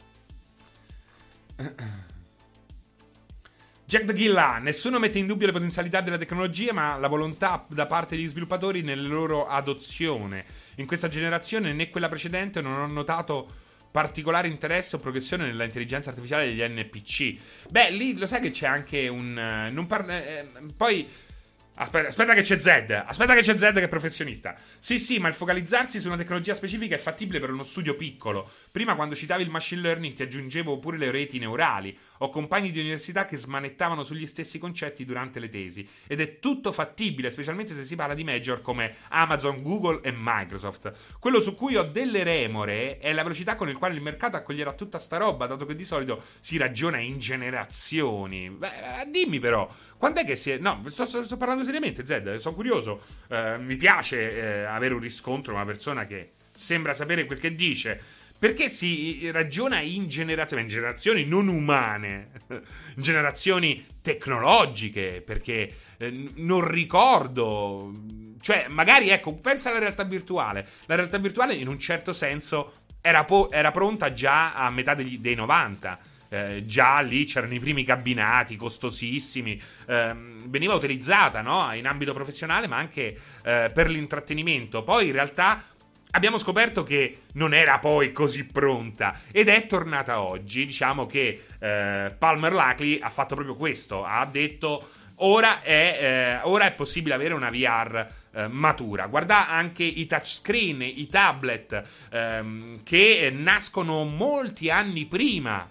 Jack the Gilla, nessuno mette in dubbio le potenzialità della tecnologia, ma la volontà da parte degli sviluppatori nella loro adozione. In questa generazione né quella precedente non ho notato particolare interesse o progressione nella intelligenza artificiale degli N P C. Beh, lì lo sai che c'è anche un... Eh, non par- eh, poi... Aspetta, aspetta che c'è Zed. Aspetta che c'è Zed che è professionista. Sì, sì, ma il focalizzarsi su una tecnologia specifica è fattibile per uno studio piccolo. Prima, quando citavi il machine learning, ti aggiungevo pure le reti neurali. Ho compagni di università che smanettavano sugli stessi concetti durante le tesi. Ed è tutto fattibile, specialmente se si parla di major come Amazon, Google e Microsoft. Quello su cui ho delle remore è la velocità con il quale il mercato accoglierà tutta sta roba, dato che di solito si ragiona in generazioni. Beh, dimmi però, quando è che si è... No, sto, sto parlando seriamente, Zed, sono curioso. Eh, mi piace eh, avere un riscontro da una persona che sembra sapere quel che dice. Perché si ragiona in generazioni, in generazioni non umane, in generazioni tecnologiche, perché eh, non ricordo... Cioè, magari, ecco, pensa alla realtà virtuale. La realtà virtuale, in un certo senso, era, po- era pronta già a metà degli, dei novanta. Eh, già lì c'erano i primi cabinati costosissimi, eh, veniva utilizzata, no? In ambito professionale, ma anche eh, per l'intrattenimento. Poi in realtà abbiamo scoperto che non era poi così pronta ed è tornata oggi. Diciamo che eh, Palmer Luckey ha fatto proprio questo, ha detto ora è, eh, ora è possibile avere una V R eh, matura. Guarda anche i touchscreen, i tablet ehm, che nascono molti anni prima,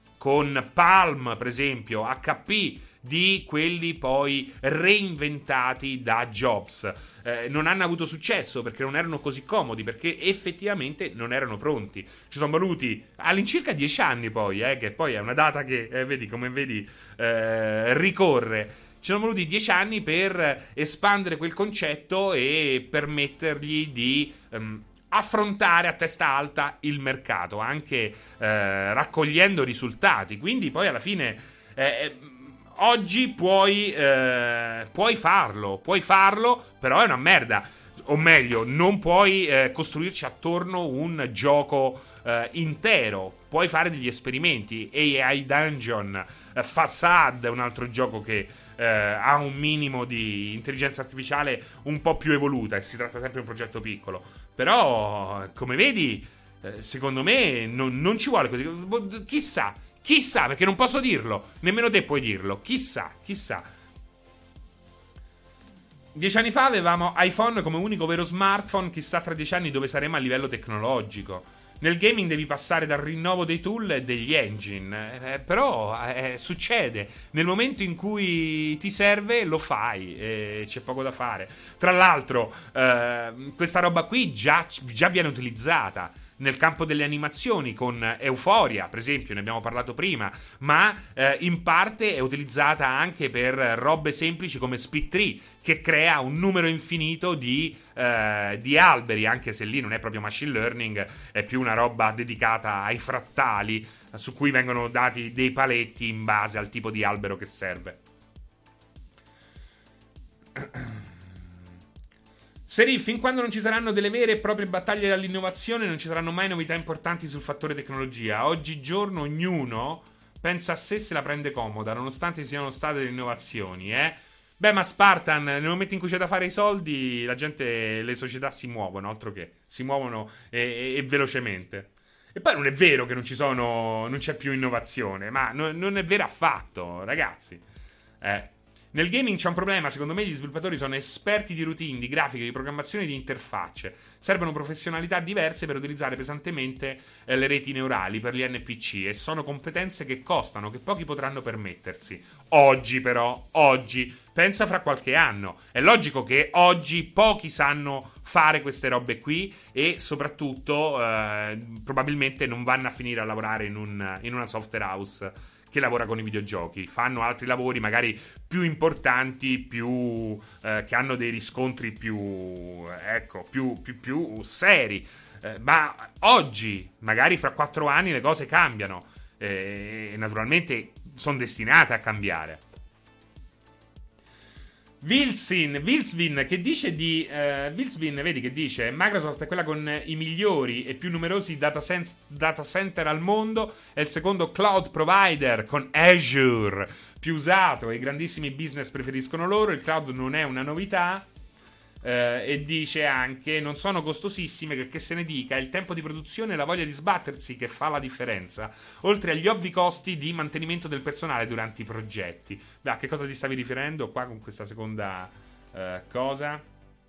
con Palm, per esempio, H P, di quelli poi reinventati da Jobs. Eh, non hanno avuto successo perché non erano così comodi, perché effettivamente non erano pronti. Ci sono voluti all'incirca dieci anni poi, eh, che poi è una data che, eh, vedi, come vedi, eh, ricorre. Ci sono voluti dieci anni per espandere quel concetto e permettergli di... Um, affrontare a testa alta il mercato, anche eh, raccogliendo risultati. Quindi poi alla fine eh, oggi puoi, eh, puoi farlo, puoi farlo, però è una merda. O meglio, non puoi eh, costruirci attorno un gioco eh, intero. Puoi fare degli esperimenti. A I Dungeon, eh, Facade è un altro gioco che eh, ha un minimo di intelligenza artificiale un po' più evoluta, e si tratta sempre di un progetto piccolo. Però, come vedi, eh, secondo me non, non ci vuole così. Chissà, chissà, perché non posso dirlo. Nemmeno te puoi dirlo. Chissà, chissà. Dieci anni fa avevamo iPhone come unico vero smartphone. Chissà tra dieci anni dove saremo a livello tecnologico. Nel gaming devi passare dal rinnovo dei tool e degli engine, eh, però eh, succede. Nel momento in cui ti serve lo fai, e c'è poco da fare. Tra l'altro eh, questa roba qui già, già viene utilizzata nel campo delle animazioni con Euphoria, per esempio, ne abbiamo parlato prima, ma eh, in parte è utilizzata anche per robe semplici come Speed Tree, che crea un numero infinito di, eh, di alberi, anche se lì non è proprio machine learning, è più una roba dedicata ai frattali, su cui vengono dati dei paletti in base al tipo di albero che serve. Seri, fin quando non ci saranno delle vere e proprie battaglie all'innovazione, non ci saranno mai novità importanti sul fattore tecnologia. Oggigiorno ognuno pensa a sé, se la prende comoda, nonostante ci siano state delle innovazioni, eh. Beh, ma Spartan, nel momento in cui c'è da fare i soldi, la gente, le società si muovono, altro che. Si muovono e, e, e velocemente. E poi non è vero che non ci sono, non c'è più innovazione, ma no, non è vero affatto, ragazzi. Eh. Nel gaming c'è un problema, secondo me gli sviluppatori sono esperti di routine, di grafica, di programmazione e di interfacce. Servono professionalità diverse per utilizzare pesantemente eh, le reti neurali per gli N P C e sono competenze che costano, che pochi potranno permettersi. Oggi però, oggi, pensa fra qualche anno. È logico che oggi pochi sanno fare queste robe qui e soprattutto eh, probabilmente non vanno a finire a lavorare in, un, in una software house che lavora con i videogiochi. Fanno altri lavori magari più importanti, più eh, che hanno dei riscontri più ecco, più, più, più seri. Eh, ma oggi, magari fra quattro anni, le cose cambiano eh, e naturalmente sono destinate a cambiare. Vilsvin, Vilsvin che dice di uh, Vilsvin, vedi che dice Microsoft è quella con i migliori e più numerosi data, sen- data center al mondo, è il secondo cloud provider con Azure più usato e i grandissimi business preferiscono loro, il cloud non è una novità. Uh, e dice anche non sono costosissime, che, che se ne dica, è il tempo di produzione e la voglia di sbattersi che fa la differenza, oltre agli ovvi costi di mantenimento del personale durante i progetti. Beh, a che cosa ti stavi riferendo qua con questa seconda uh, cosa?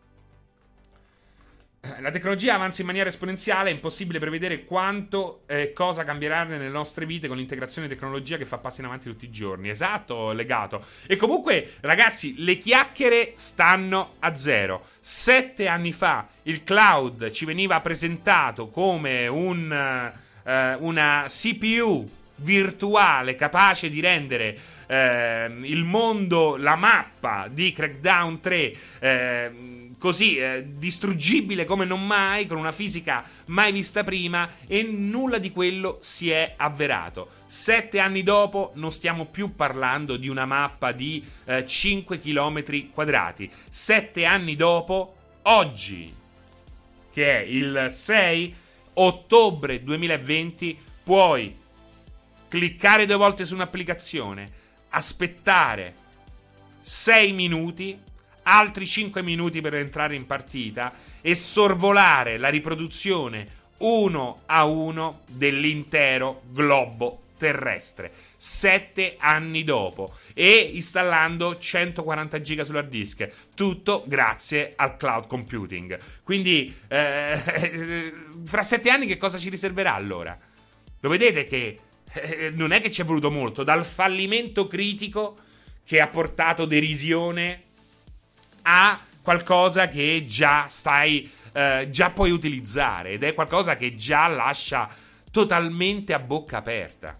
La tecnologia avanza in maniera esponenziale, è impossibile prevedere quanto e eh, cosa cambierà nelle nostre vite con l'integrazione di tecnologia che fa passi in avanti tutti i giorni. Esatto, legato. E comunque, ragazzi, le chiacchiere stanno a zero. Sette anni fa il cloud ci veniva presentato come un, uh, una C P U virtuale capace di rendere eh, il mondo, la mappa di Crackdown tre eh, così eh, distruggibile come non mai, con una fisica mai vista prima, e nulla di quello si è avverato. Sette anni dopo non stiamo più parlando di una mappa di eh, cinque chilometri quadrati. Sette anni dopo, oggi, che è il sei ottobre duemilaventi, puoi cliccare due volte su un'applicazione, aspettare sei minuti, altri cinque minuti per entrare in partita e sorvolare la riproduzione uno a uno dell'intero globo terrestre. Sette anni dopo, e installando centoquaranta giga sull'hard disk, tutto grazie al cloud computing. Quindi eh, fra sette anni che cosa ci riserverà allora? Lo vedete che eh, non è che ci è voluto molto dal fallimento critico che ha portato derisione a qualcosa che già stai eh, già puoi utilizzare, ed è qualcosa che già lascia totalmente a bocca aperta.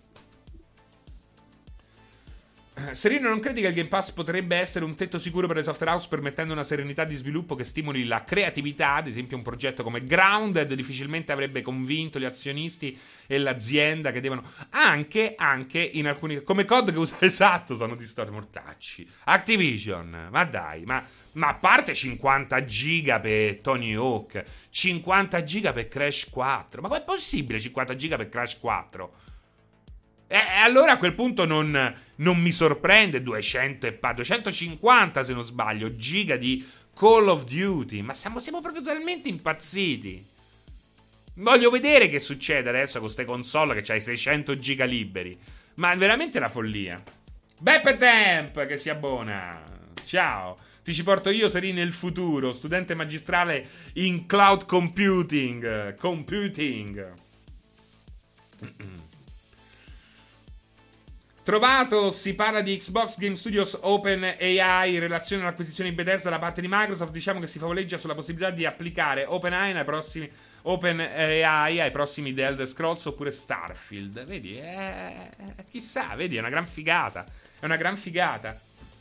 Serino, non credi che il Game Pass potrebbe essere un tetto sicuro per le software house, permettendo una serenità di sviluppo che stimoli la creatività? Ad esempio un progetto come Grounded difficilmente avrebbe convinto gli azionisti e l'azienda che devono... Anche, anche in alcuni... Come C O D che usa... Esatto, sono distorti mortacci. Activision, ma dai, ma... Ma a parte cinquanta giga per Tony Hawk, cinquanta giga per Crash quattro, ma com'è possibile cinquanta giga per Crash quattro? E allora a quel punto non, non mi sorprende duecento e pa, duecentocinquanta se non sbaglio giga di Call of Duty. Ma siamo, siamo proprio talmente impazziti. Voglio vedere che succede adesso con queste console che c'hai seicento giga liberi. Ma è veramente la follia. Beppe Temp che si abbona. Ciao. Ti ci porto io, Seri, nel futuro. Studente magistrale in cloud computing. Computing. Trovato, si parla di Xbox Game Studios Open A I in relazione all'acquisizione di Bethesda da parte di Microsoft. Diciamo che si favoleggia sulla possibilità di applicare OpenAI ai prossimi OpenAI ai prossimi The Elder Scrolls oppure Starfield. Vedi, eh, chissà, vedi, è una gran figata. È una gran figata.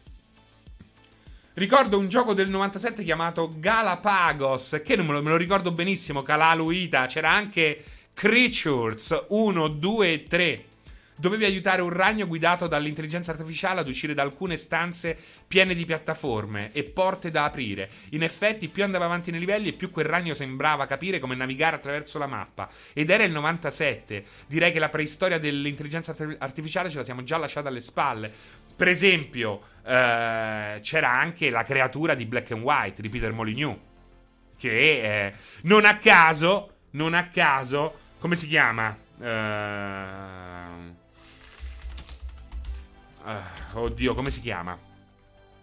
Ricordo un gioco del novantasette chiamato Galapagos, che non me lo, me lo ricordo benissimo, Calaluita. C'era anche Creatures uno, due e tre. Dovevi aiutare un ragno guidato dall'intelligenza artificiale ad uscire da alcune stanze piene di piattaforme e porte da aprire. In effetti, più andava avanti nei livelli e più quel ragno sembrava capire come navigare attraverso la mappa. Ed era il novantasette. Direi che la preistoria dell'intelligenza artificiale ce la siamo già lasciata alle spalle. Per esempio, eh, c'era anche la creatura di Black and White di Peter Molyneux, che eh, non a caso, non a caso, come si chiama? Uh, uh, oddio, come si chiama?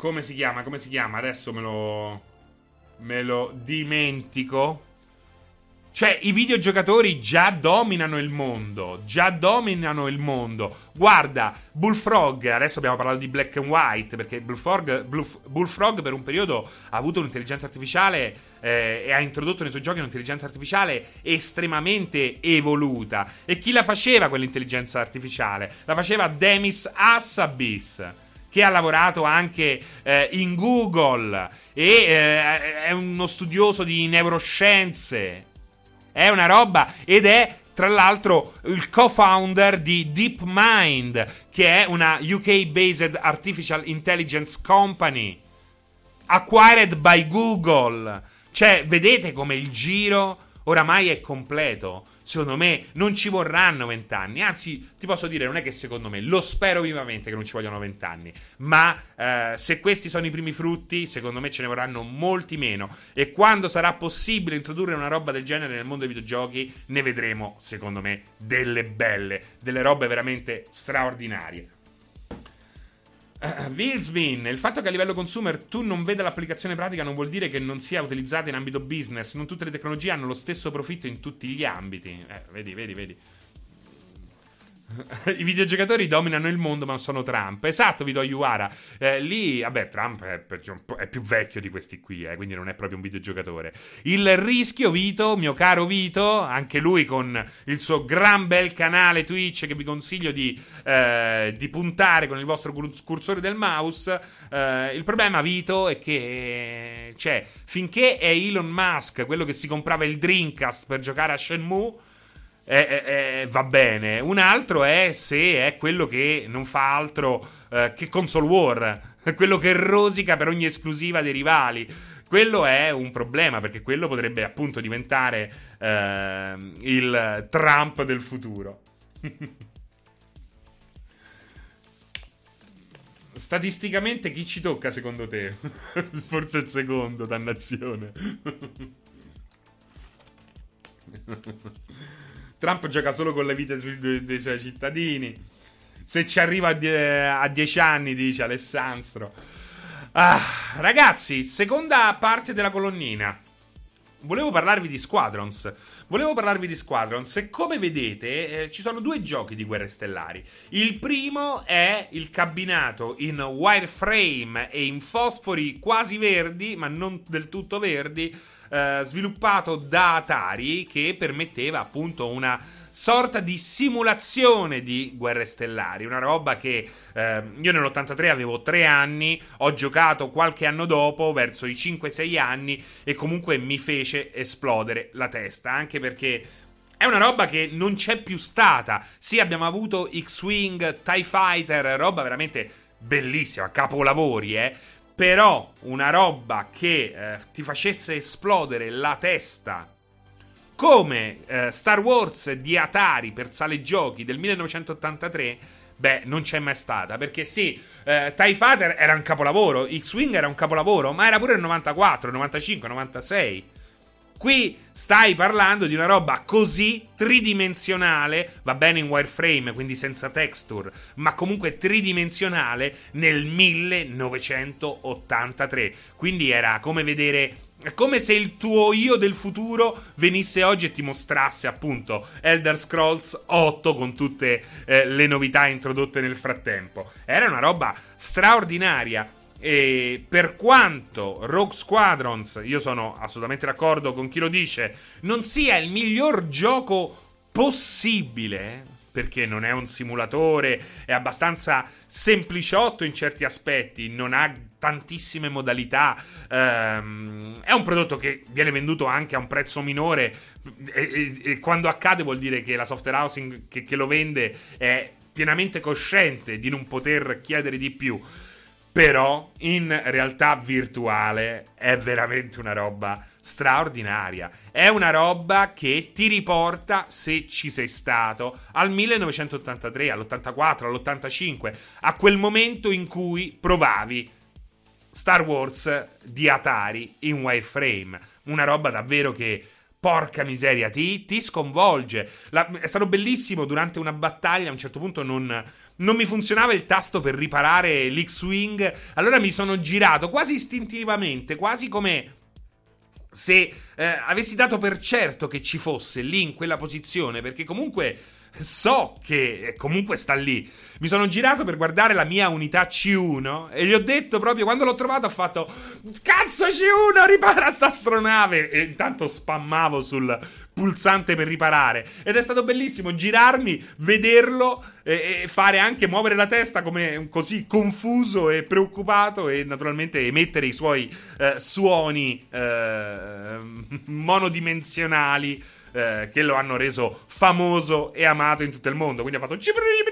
come si chiama? Come si chiama? Adesso me lo me lo dimentico. Cioè, i videogiocatori già dominano il mondo. Già dominano il mondo. Guarda, Bullfrog, adesso abbiamo parlato di Black and White, perché Bullfrog, Bluff, Bullfrog per un periodo ha avuto un'intelligenza artificiale eh, e ha introdotto nei suoi giochi un'intelligenza artificiale estremamente evoluta. E chi la faceva quell'intelligenza artificiale? La faceva Demis Hassabis, che ha lavorato anche eh, in Google e eh, è uno studioso di neuroscienze. È una roba, ed è tra l'altro il co-founder di DeepMind, che è una U K-based artificial intelligence company acquired by Google. Cioè, vedete come il giro oramai è completo. Secondo me non ci vorranno vent'anni. Anzi, ti posso dire, non è che secondo me, lo spero vivamente che non ci vogliano vent'anni. Ma eh, se questi sono i primi frutti, secondo me ce ne vorranno molti meno. E quando sarà possibile introdurre una roba del genere nel mondo dei videogiochi, ne vedremo, secondo me, delle belle, delle robe veramente straordinarie. Uh, Vilsvin, il fatto che a livello consumer tu non veda l'applicazione pratica non vuol dire che non sia utilizzata in ambito business. Non tutte le tecnologie hanno lo stesso profitto in tutti gli ambiti. Eh, vedi, vedi, vedi. I videogiocatori dominano il mondo, ma sono Trump. Esatto, Vito Iuara. Eh, lì, vabbè, Trump è, è più vecchio di questi qui, eh, quindi non è proprio un videogiocatore. Il rischio, Vito, mio caro Vito, anche lui con il suo gran bel canale Twitch che vi consiglio di, eh, di puntare con il vostro cursore del mouse. Eh, il problema, Vito, è che, cioè, finché è Elon Musk, quello che si comprava il Dreamcast per giocare a Shenmue, Eh, eh, eh, va bene. Un altro è se è quello che non fa altro eh, che console war, quello che rosica per ogni esclusiva dei rivali. Quello è un problema, perché quello potrebbe appunto diventare eh, il Trump del futuro. Statisticamente chi ci tocca secondo te? Forse il secondo, dannazione. Trump gioca solo con le vite dei, dei suoi cittadini. Se ci arriva a, die- a dieci anni, dice Alessandro. Ah, ragazzi, seconda parte della colonnina. Volevo parlarvi di Squadrons. Volevo parlarvi di Squadrons e come vedete eh, ci sono due giochi di Guerre Stellari. Il primo è il cabinato in wireframe e in fosfori quasi verdi, ma non del tutto verdi, eh, sviluppato da Atari, che permetteva appunto una sorta di simulazione di Guerre Stellari. Una roba che eh, io nell'ottantatré avevo tre anni, ho giocato qualche anno dopo, verso i cinque sei anni, e comunque mi fece esplodere la testa, anche perché è una roba che non c'è più stata. Sì, abbiamo avuto X-Wing, TIE Fighter, roba veramente bellissima, capolavori, eh. Però una roba che eh, ti facesse esplodere la testa come eh, Star Wars di Atari per sale giochi del millenovecentottantatré, beh, non c'è mai stata. Perché sì, eh, TIE Fighter era un capolavoro, X-Wing era un capolavoro, ma era pure il novantaquattro, novantacinque, novantasei. Qui stai parlando di una roba così tridimensionale, va bene in wireframe, quindi senza texture, ma comunque tridimensionale nel millenovecentottantatré. Quindi era come vedere... È come se il tuo io del futuro venisse oggi e ti mostrasse appunto Elder Scrolls otto con tutte eh, le novità introdotte nel frattempo. Era una roba straordinaria. E per quanto Rogue Squadrons, io sono assolutamente d'accordo con chi lo dice, non sia il miglior gioco possibile, perché non è un simulatore, è abbastanza sempliciotto in certi aspetti, non ha tantissime modalità, ehm, è un prodotto che viene venduto anche a un prezzo minore, e, e, e quando accade vuol dire che la software housing che, che lo vende è pienamente cosciente di non poter chiedere di più. Però in realtà virtuale è veramente una roba straordinaria. È una roba che ti riporta, se ci sei stato, al millenovecentottantatré, all'ottantaquattro, all'ottantacinque, a quel momento in cui provavi Star Wars di Atari in wireframe. Una roba davvero che, porca miseria, ti, ti sconvolge. La, è stato bellissimo durante una battaglia, a un certo punto non... non mi funzionava il tasto per riparare l'X-Wing, allora mi sono girato quasi istintivamente, quasi come se eh, avessi dato per certo che ci fosse lì in quella posizione, perché comunque so che comunque sta lì. Mi sono girato per guardare la mia unità C uno e gli ho detto proprio, quando l'ho trovato, ho fatto: cazzo C uno, ripara sta astronave! E intanto spammavo sul pulsante per riparare. Ed è stato bellissimo girarmi, vederlo e, e fare anche muovere la testa come così confuso e preoccupato, e naturalmente emettere i suoi eh, suoni eh, monodimensionali Eh, che lo hanno reso famoso e amato in tutto il mondo. Quindi ha fatto,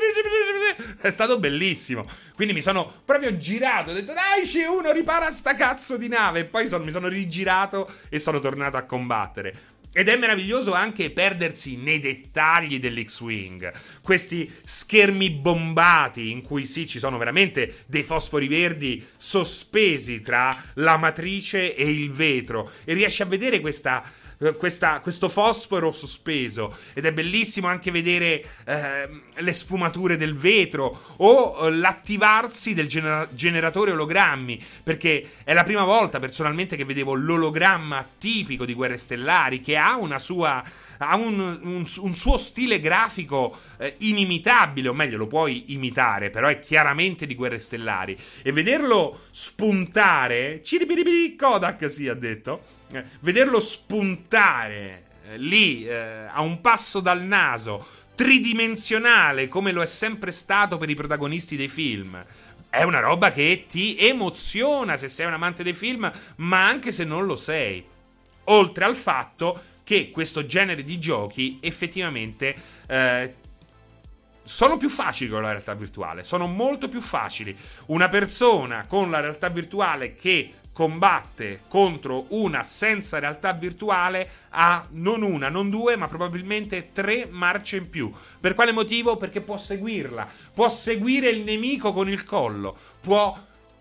è stato bellissimo. Quindi mi sono proprio girato, ho detto: dai C uno, ripara sta cazzo di nave. E poi son, mi sono rigirato e sono tornato a combattere. Ed è meraviglioso anche perdersi nei dettagli dell'X-Wing. Questi schermi bombati in cui sì, ci sono veramente dei fosfori verdi sospesi tra la matrice e il vetro, e riesci a vedere questa Questa, questo fosforo sospeso, ed è bellissimo anche vedere eh, le sfumature del vetro o eh, l'attivarsi del genera- generatore ologrammi, perché è la prima volta personalmente che vedevo l'ologramma tipico di Guerre Stellari, che ha una sua ha un, un, un suo stile grafico eh, inimitabile, o meglio lo puoi imitare, però è chiaramente di Guerre Stellari, e vederlo spuntare, ciripiripiri Kodak si ha detto, Eh, vederlo spuntare eh, lì eh, a un passo dal naso, tridimensionale come lo è sempre stato per i protagonisti dei film, è una roba che ti emoziona se sei un amante dei film, ma anche se non lo sei. Oltre al fatto che questo genere di giochi effettivamente eh, sono più facili con la realtà virtuale, sono molto più facili. Una persona con la realtà virtuale che combatte contro una senza realtà virtuale ha non una, non due, ma probabilmente tre marce in più. Per quale motivo? Perché può seguirla, può seguire il nemico con il collo, può,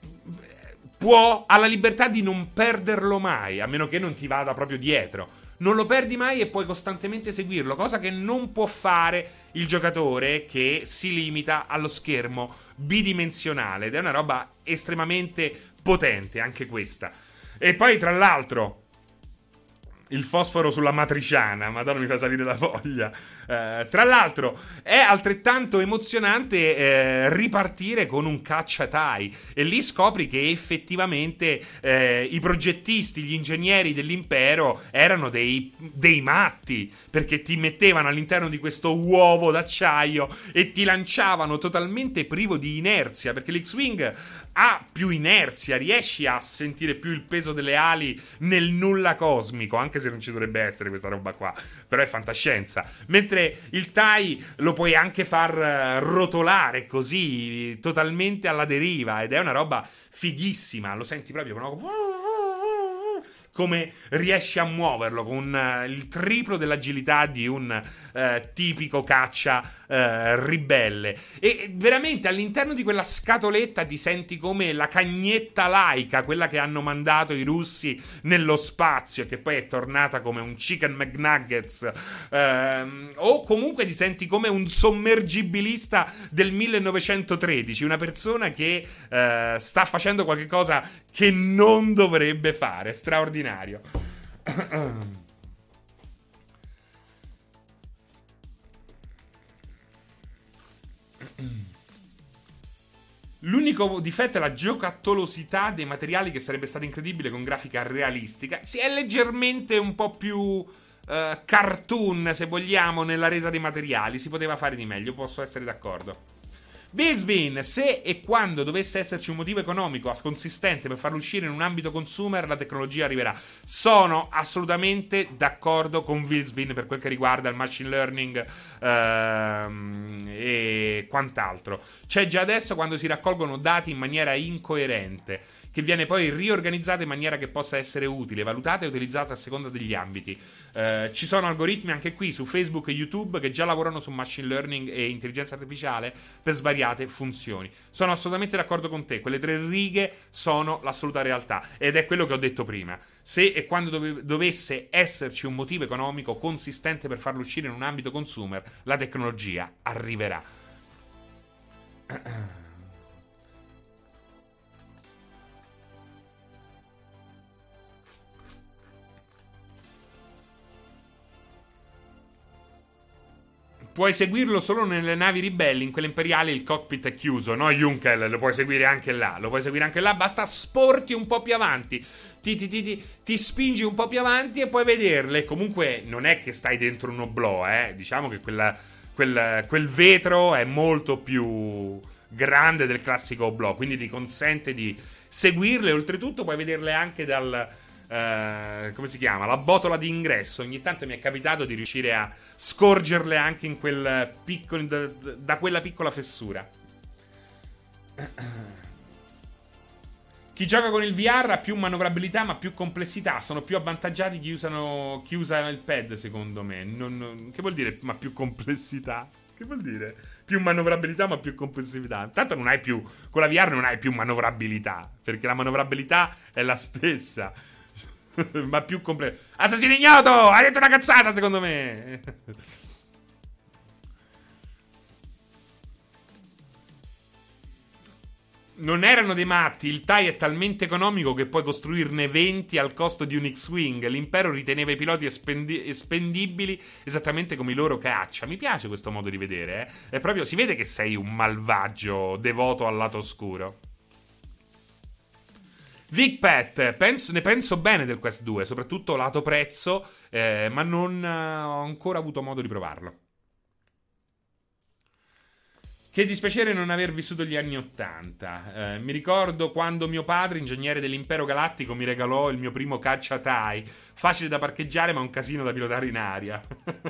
può ha la libertà di non perderlo mai, a meno che non ti vada proprio dietro. Non lo perdi mai e puoi costantemente seguirlo, cosa che non può fare il giocatore che si limita allo schermo bidimensionale, ed è una roba estremamente potente anche questa. E poi tra l'altro il fosforo sulla matriciana, madonna, mi fa salire la voglia. Eh, tra l'altro è altrettanto emozionante eh, ripartire con un cacciatai, e lì scopri che effettivamente eh, i progettisti, gli ingegneri dell'impero erano dei, dei matti, perché ti mettevano all'interno di questo uovo d'acciaio e ti lanciavano totalmente privo di inerzia, perché l'X-Wing ha più inerzia, riesci a sentire più il peso delle ali nel nulla cosmico, anche se non ci dovrebbe essere questa roba qua, però è fantascienza. Mentre il T A I lo puoi anche far rotolare così, totalmente alla deriva, ed è una roba fighissima, lo senti proprio con come riesci a muoverlo con uh, il triplo dell'agilità di un uh, tipico caccia uh, ribelle. E veramente all'interno di quella scatoletta ti senti come la cagnetta laica, quella che hanno mandato i russi nello spazio e che poi è tornata come un chicken McNuggets, uh, o comunque ti senti come un sommergibilista del millenovecentotredici, una persona che uh, sta facendo qualche cosa che non dovrebbe fare. Straordinario. L'unico difetto è la giocattolosità dei materiali, che sarebbe stata incredibile con grafica realistica. Si è leggermente un po' più uh, cartoon, se vogliamo, nella resa dei materiali. Si poteva fare di meglio, posso essere d'accordo. Billsbin, se e quando dovesse esserci un motivo economico consistente per farlo uscire in un ambito consumer, la tecnologia arriverà. Sono assolutamente d'accordo con Billsbin per quel che riguarda il machine learning ehm, e quant'altro. C'è già adesso quando si raccolgono dati in maniera incoerente, che viene poi riorganizzata in maniera che possa essere utile, valutata e utilizzata a seconda degli ambiti. Eh, ci sono algoritmi anche qui su Facebook e YouTube che già lavorano su machine learning e intelligenza artificiale per svariate funzioni. Sono assolutamente d'accordo con te, quelle tre righe sono l'assoluta realtà, ed è quello che ho detto prima. Se e quando dove, dovesse esserci un motivo economico consistente per farlo uscire in un ambito consumer, la tecnologia arriverà. Puoi seguirlo solo nelle navi ribelli, in quelle imperiali il cockpit è chiuso, no Junkel, lo puoi seguire anche là, lo puoi seguire anche là, basta sporti un po' più avanti, ti, ti, ti, ti, ti spingi un po' più avanti e puoi vederle, comunque non è che stai dentro un oblò, eh, diciamo che quella, quel, quel vetro è molto più grande del classico oblò, quindi ti consente di seguirle, oltretutto puoi vederle anche dal... Uh, come si chiama? La botola di ingresso. Ogni tanto mi è capitato di riuscire a scorgerle anche in quel piccolo, da, da quella piccola fessura. Chi gioca con il V R ha più manovrabilità ma più complessità. Sono più avvantaggiati chi usano chi usa il pad, secondo me. Non, non, che vuol dire ma più complessità? Che vuol dire? Più manovrabilità ma più complessità. Tanto non hai più, con la V R non hai più manovrabilità, perché la manovrabilità è la stessa. Ma più completo. Assassino ignoto! Hai detto una cazzata, secondo me. Non erano dei matti. Il T I è talmente economico che puoi costruirne venti al costo di un X-Wing. L'impero riteneva i piloti espendi- espendibili esattamente come i loro caccia. Mi piace questo modo di vedere, eh. È proprio, si vede che sei un malvagio devoto al lato oscuro. VicPet, penso, ne penso bene del Quest due, soprattutto lato prezzo, eh, ma non eh, ho ancora avuto modo di provarlo. Che dispiacere non aver vissuto gli anni ottanta. Eh, mi ricordo quando mio padre, ingegnere dell'Impero Galattico, mi regalò il mio primo caccia TIE. Facile da parcheggiare, ma un casino da pilotare in aria.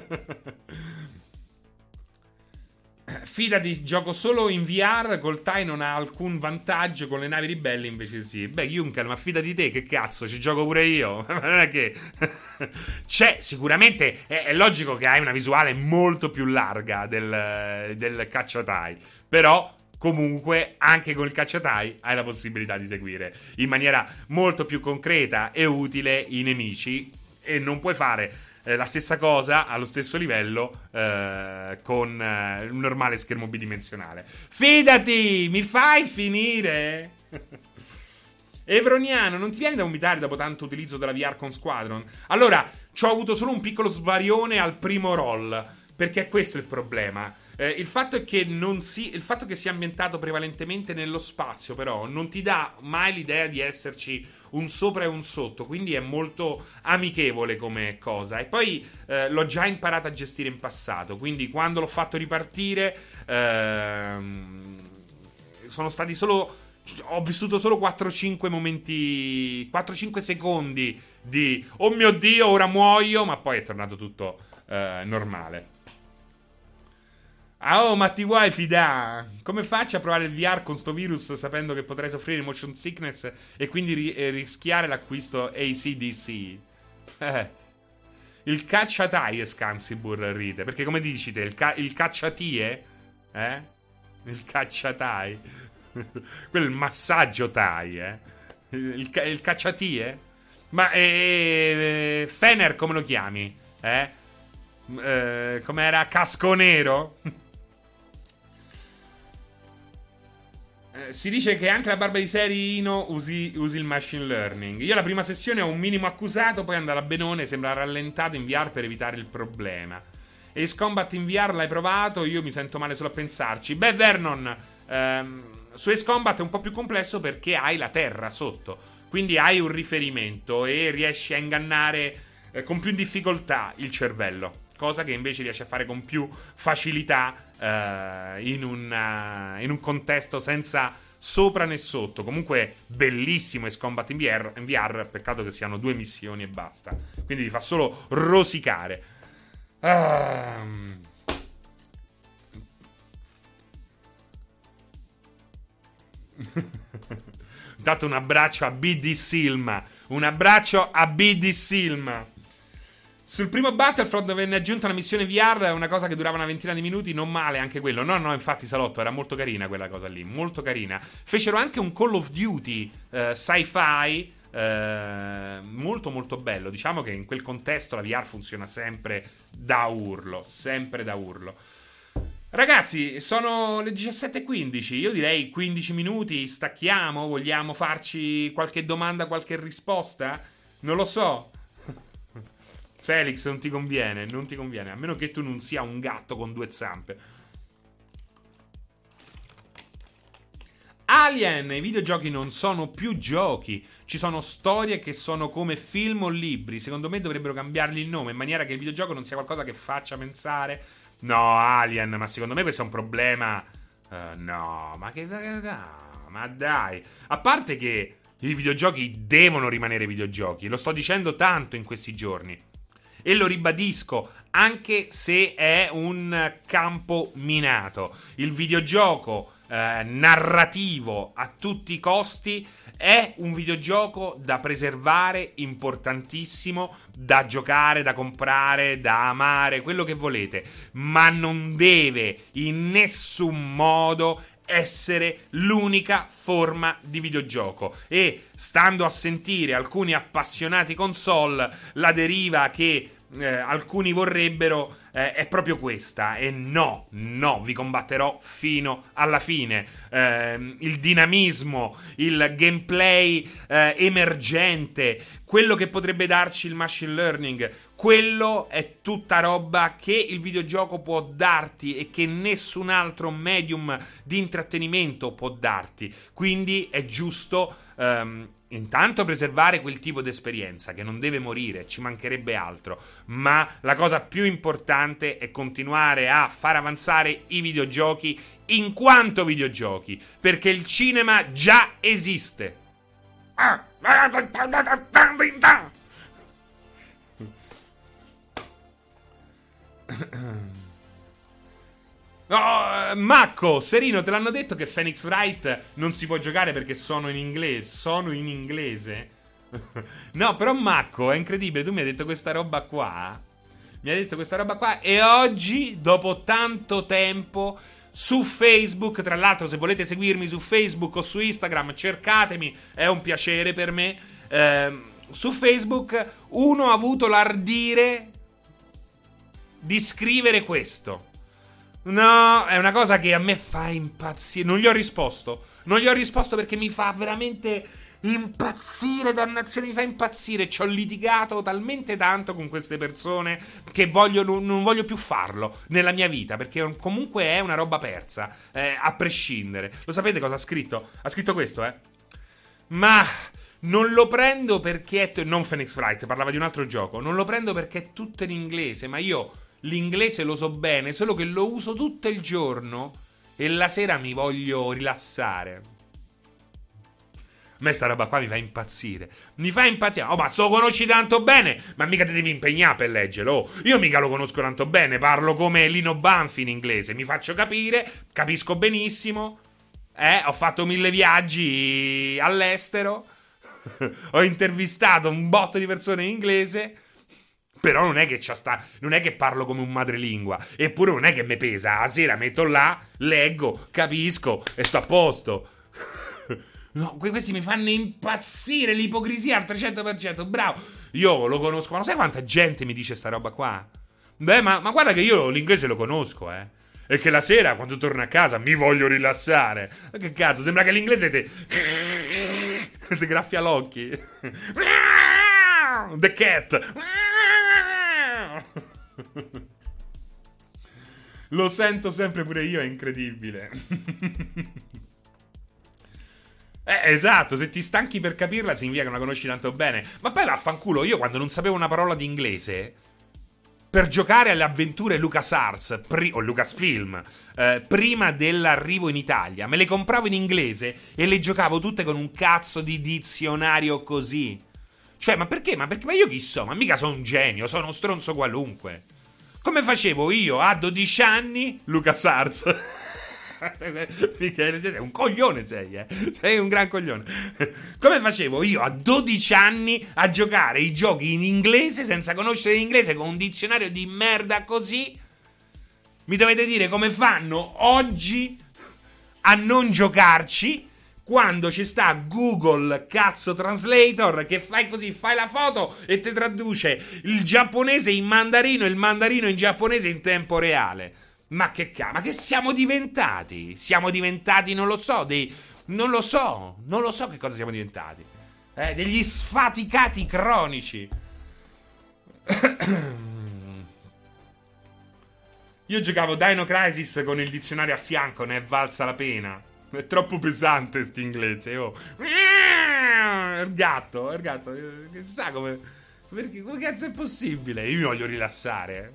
Fidati, gioco solo in V R. Col TIE non ha alcun vantaggio. Con le navi ribelli invece sì. Beh, Junker, ma fidati te, che cazzo, ci gioco pure io. Ma non è che c'è sicuramente. È, è logico che hai una visuale molto più larga del, del caccia TIE. Però comunque anche con il caccia TIE hai la possibilità di seguire in maniera molto più concreta e utile i nemici. E non puoi fare la stessa cosa allo stesso livello eh, con eh, un normale schermo bidimensionale. Fidati, mi fai finire? Evroniano, non ti viene da vomitare dopo tanto utilizzo della V R con Squadron? Allora, ci ho avuto solo un piccolo svarione al primo roll, perché è questo il problema. Eh, il fatto è che non si, il fatto che sia ambientato prevalentemente nello spazio, però, non ti dà mai l'idea di esserci un sopra e un sotto, quindi è molto amichevole come cosa. E poi eh, l'ho già imparato a gestire in passato, quindi quando l'ho fatto ripartire ehm, sono stati solo, ho vissuto solo quattro cinque momenti, quattro cinque secondi di oh mio Dio, ora muoio, ma poi è tornato tutto eh, normale. Ah, oh, ma ti vuoi fidà? Come faccio a provare il V R con sto virus sapendo che potrei soffrire motion sickness e quindi ri- eh, rischiare l'acquisto A C D C? Eh. Il cacciatie, Scansibur ride. Perché come dici te, il, ca- il cacciatie? Eh? Il cacciatai. Quello è il massaggio tai, eh? Il, ca- il cacciatie? Ma eh, eh, Fener come lo chiami? Eh? Eh, com'era? Casco nero? Si dice che anche la barba di Serino usi, usi il machine learning. Io la prima sessione ho un minimo accusato, poi andare a benone, sembra rallentato in V R per evitare il problema. Ace Combat in V R l'hai provato? Io mi sento male solo a pensarci. Beh, Vernon, ehm, su Ace Combat è un po' più complesso perché hai la terra sotto, quindi hai un riferimento e riesci a ingannare eh, con più difficoltà il cervello, cosa che invece riesce a fare con più facilità uh, in, una, in un contesto senza sopra né sotto. Comunque bellissimo Ace Combat in V R, in V R, peccato che siano due missioni e basta, quindi ti fa solo rosicare. um. Dato un abbraccio a B D Silma, un abbraccio a B D Silma. Sul primo Battlefront venne aggiunta una missione V R, una cosa che durava una ventina di minuti, non male anche quello. No, no, infatti Salotto, era molto carina quella cosa lì, molto carina. Fecero anche un Call of Duty eh, sci-fi eh, molto molto bello. Diciamo che in quel contesto la V R funziona sempre da urlo, sempre da urlo. Ragazzi, sono le diciassette e quindici. Io direi quindici minuti. Stacchiamo. Vogliamo farci qualche domanda, qualche risposta? Non lo so. Felix, non ti conviene. Non ti conviene. A meno che tu non sia un gatto con due zampe. Alien, i videogiochi non sono più giochi, ci sono storie che sono come film o libri. Secondo me dovrebbero cambiargli il nome in maniera che il videogioco non sia qualcosa che faccia pensare. No, Alien, ma secondo me questo è un problema. Uh, no, ma che. No, ma dai. A parte che i videogiochi devono rimanere videogiochi, lo sto dicendo tanto in questi giorni. E lo ribadisco, anche se è un campo minato. Il videogioco eh, narrativo a tutti i costi è un videogioco da preservare, importantissimo, da giocare, da comprare, da amare, quello che volete. Ma non deve in nessun modo essere l'unica forma di videogioco. E stando a sentire alcuni appassionati console, la deriva che eh, alcuni vorrebbero eh, è proprio questa. E no, no, vi combatterò fino alla fine. Eh, il dinamismo, il gameplay eh, emergente, quello che potrebbe darci il machine learning, quello è tutta roba che il videogioco può darti e che nessun altro medium di intrattenimento può darti. Quindi è giusto um, intanto preservare quel tipo di esperienza che non deve morire, ci mancherebbe altro. Ma la cosa più importante è continuare a far avanzare i videogiochi in quanto videogiochi, perché il cinema già esiste. Oh, Macco, Serino, te l'hanno detto che Phoenix Wright non si può giocare perché sono in inglese. Sono in inglese? No, però Macco, è incredibile. Tu mi hai detto questa roba qua. Mi hai detto questa roba qua. E oggi, dopo tanto tempo, su Facebook, tra l'altro, se volete seguirmi su Facebook o su Instagram, cercatemi, è un piacere per me. Eh, su Facebook, uno ha avuto l'ardire di scrivere questo. No, è una cosa che a me fa impazzire. Non gli ho risposto. Non gli ho risposto perché mi fa veramente impazzire, dannazione, mi fa impazzire. Ci ho litigato talmente tanto con queste persone che voglio, non, non voglio più farlo nella mia vita, perché comunque è una roba persa, eh, a prescindere. Lo sapete cosa ha scritto? Ha scritto questo, eh. Ma non lo prendo perché è... Non Phoenix Wright, parlava di un altro gioco. Non lo prendo perché è tutto in inglese, ma io l'inglese lo so bene, solo che lo uso tutto il giorno e la sera mi voglio rilassare. A me sta roba qua mi fa impazzire. Mi fa impazzire. Oh, ma se lo conosci tanto bene, ma mica ti devi impegnare per leggerlo. Oh, io mica lo conosco tanto bene, parlo come Lino Banfi in inglese. Mi faccio capire, capisco benissimo. Eh, ho fatto mille viaggi all'estero. Ho intervistato un botto di persone in inglese. Però non è che c'ha sta, non è che parlo come un madrelingua. Eppure non è che mi pesa. La sera metto là, leggo, capisco e sto a posto. No, questi mi fanno impazzire. L'ipocrisia al trecento per cento. Bravo. Io lo conosco. Ma non sai quanta gente mi dice sta roba qua? Beh, ma, ma guarda che io l'inglese lo conosco, eh. E che la sera, quando torno a casa, mi voglio rilassare. Ma che cazzo, sembra che l'inglese ti... ti graffia l'occhi. The cat. Lo sento sempre pure io, è incredibile. Eh, esatto, se ti stanchi per capirla significa che non la conosci tanto bene. Ma poi vaffanculo, io quando non sapevo una parola di inglese, per giocare alle avventure LucasArts pri- o Lucasfilm eh, prima dell'arrivo in Italia, me le compravo in inglese e le giocavo tutte con un cazzo di dizionario così. Cioè, ma perché? Ma perché? Ma io chi so? Ma mica sono un genio, sono uno stronzo qualunque. Come facevo io a dodici anni LucasArts? Michele, un coglione sei, eh? Sei un gran coglione. Come facevo io a dodici anni a giocare i giochi in inglese senza conoscere l'inglese con un dizionario di merda così? Mi dovete dire come fanno oggi a non giocarci quando ci sta Google cazzo Translator che fai così, fai la foto e ti traduce il giapponese in mandarino e il mandarino in giapponese in tempo reale. Ma che cazzo, ma che siamo diventati? Siamo diventati, non lo so, dei... Non lo so, non lo so che cosa siamo diventati. Eh, degli sfaticati cronici. Io giocavo Dino Crisis con il dizionario a fianco, ne è valsa la pena. È troppo pesante st' inglese, oh. Il gatto, il gatto, che sa come... Perché, come cazzo è possibile? Io mi voglio rilassare.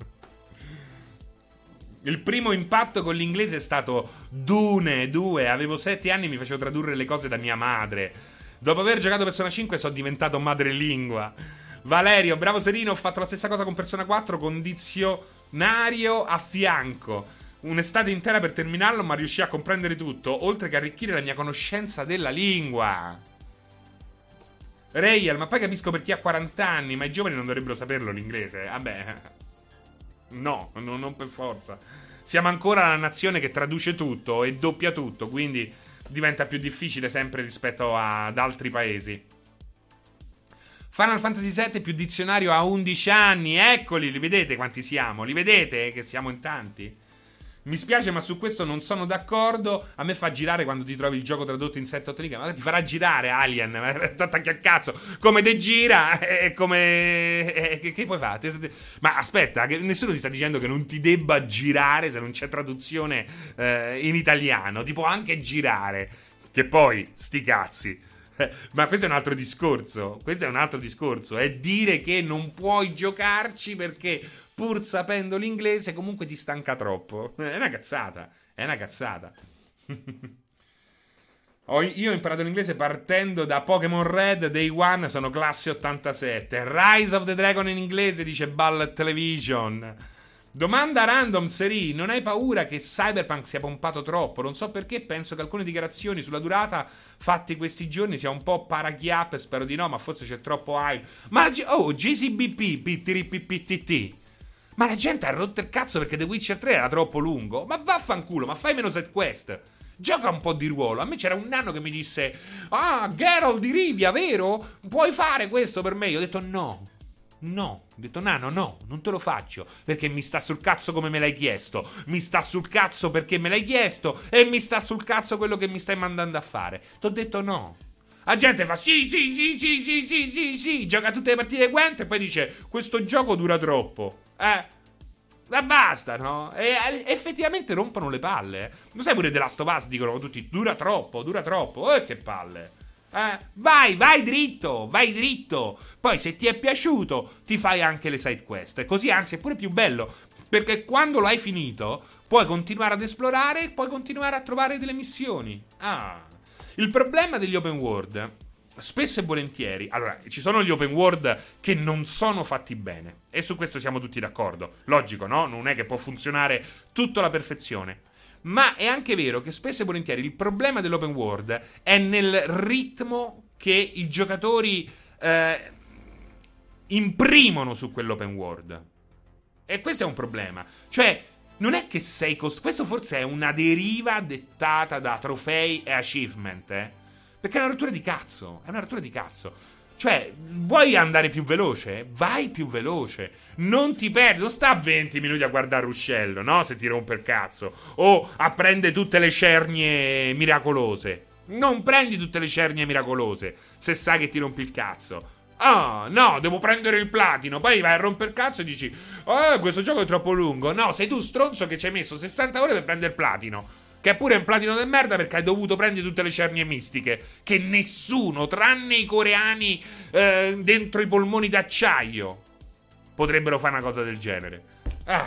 Il primo impatto con l'inglese è stato Dune due. Avevo sette anni e mi facevo tradurre le cose da mia madre. Dopo aver giocato Persona cinque sono diventato madrelingua. Valerio, bravo Serino, ho fatto la stessa cosa con Persona quattro con dizionario a fianco. Un'estate intera per terminarlo, ma riuscii a comprendere tutto, oltre che arricchire la mia conoscenza della lingua. Rayel, ma poi capisco per chi ha quaranta anni, ma i giovani non dovrebbero saperlo l'inglese. Vabbè, no, no, non per forza. Siamo ancora la nazione che traduce tutto e doppia tutto, quindi diventa più difficile sempre rispetto ad altri paesi. Final Fantasy sette più dizionario a undici anni. Eccoli, li vedete quanti siamo? Li vedete che siamo in tanti? Mi spiace, ma su questo non sono d'accordo. A me fa girare quando ti trovi il gioco tradotto in sette otto righe. Ma ti farà girare Alien. Attacchi a cazzo. Come te gira e come... E che, che puoi fare? Ma aspetta, che nessuno ti sta dicendo che non ti debba girare se non c'è traduzione eh, in italiano. Ti può anche girare. Che poi, sti cazzi. Ma questo è un altro discorso. Questo è un altro discorso. È dire che non puoi giocarci perché, pur sapendo l'inglese, comunque ti stanca troppo. È una cazzata. È una cazzata. Io ho imparato l'inglese partendo da Pokémon Red Day One. Sono classe ottantasette. Rise of the Dragon in inglese, dice Ball Television. Domanda random, Seri, non hai paura che Cyberpunk sia pompato troppo? Non so perché, penso che alcune dichiarazioni sulla durata fatte questi giorni sia un po' parachiappe, spero di no, ma forse c'è troppo hype. Ma la G- oh, J C B P, P T R P P T T. Ma la gente ha rotto il cazzo perché The Witcher tre era troppo lungo. Ma vaffanculo, ma fai meno side quest. Gioca un po' di ruolo. A me c'era un nano che mi disse: ah, Geralt di Rivia, vero? Puoi fare questo per me? Io ho detto no. No, ho detto nano, no, non te lo faccio perché mi sta sul cazzo come me l'hai chiesto. Mi sta sul cazzo perché me l'hai chiesto e mi sta sul cazzo quello che mi stai mandando a fare. T'ho detto no. La gente fa sì, sì, sì, sì, sì, sì, sì, sì, gioca tutte le partite Gwent e poi dice questo gioco dura troppo. Eh, ma basta, no? E effettivamente rompono le palle. Lo sai pure The Last of Us dicono tutti dura troppo, dura troppo. Eh, che palle. Eh, vai, vai dritto, vai dritto. Poi se ti è piaciuto ti fai anche le side quest. Così anzi è pure più bello, perché quando lo hai finito puoi continuare ad esplorare e puoi continuare a trovare delle missioni. Ah, il problema degli open world spesso e volentieri, allora, ci sono gli open world che non sono fatti bene e su questo siamo tutti d'accordo. Logico, no? Non è che può funzionare tutto alla perfezione. Ma è anche vero che spesso e volentieri il problema dell'open world è nel ritmo che i giocatori eh, imprimono su quell'open world. E questo è un problema. Cioè, non è che sei... Cost- questo forse è una deriva dettata da trofei e achievement, eh? Perché è una rottura di cazzo. È una rottura di cazzo. Cioè, vuoi andare più veloce? Vai più veloce. Non ti perdi. Non sta venti minuti a guardare ruscello, no? Se ti rompe il cazzo. O a prendere tutte le cernie miracolose. Non prendi tutte le cernie miracolose se sai che ti rompi il cazzo. Ah, no, devo prendere il platino. Poi vai a rompere il cazzo e dici oh, questo gioco è troppo lungo. No, sei tu stronzo che ci hai messo sessanta ore per prendere il platino, che è pure un platino del merda perché hai dovuto prendere tutte le cernie mistiche che nessuno, tranne i coreani eh, dentro i polmoni d'acciaio, potrebbero fare una cosa del genere. Ah.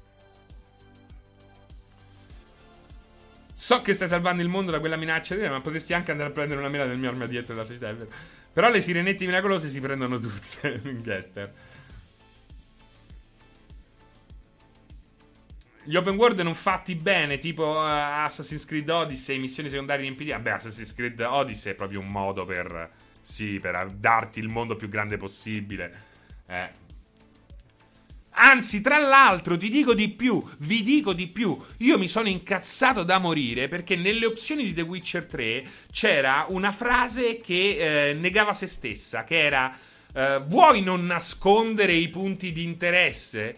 So che stai salvando il mondo da quella minaccia, ma potresti anche andare a prendere una mela del mio armadietto della città. Però le sirenette miracolose si prendono tutte. Getter. Gli open world non fatti bene, tipo uh, Assassin's Creed Odyssey, missioni secondarie riempite. Vabbè, Assassin's Creed Odyssey è proprio un modo per... Sì, per darti il mondo più grande possibile. Eh. Anzi, tra l'altro, ti dico di più, vi dico di più. Io mi sono incazzato da morire perché nelle opzioni di The Witcher tre c'era una frase che eh, negava se stessa, che era eh, vuoi non nascondere i punti di interesse?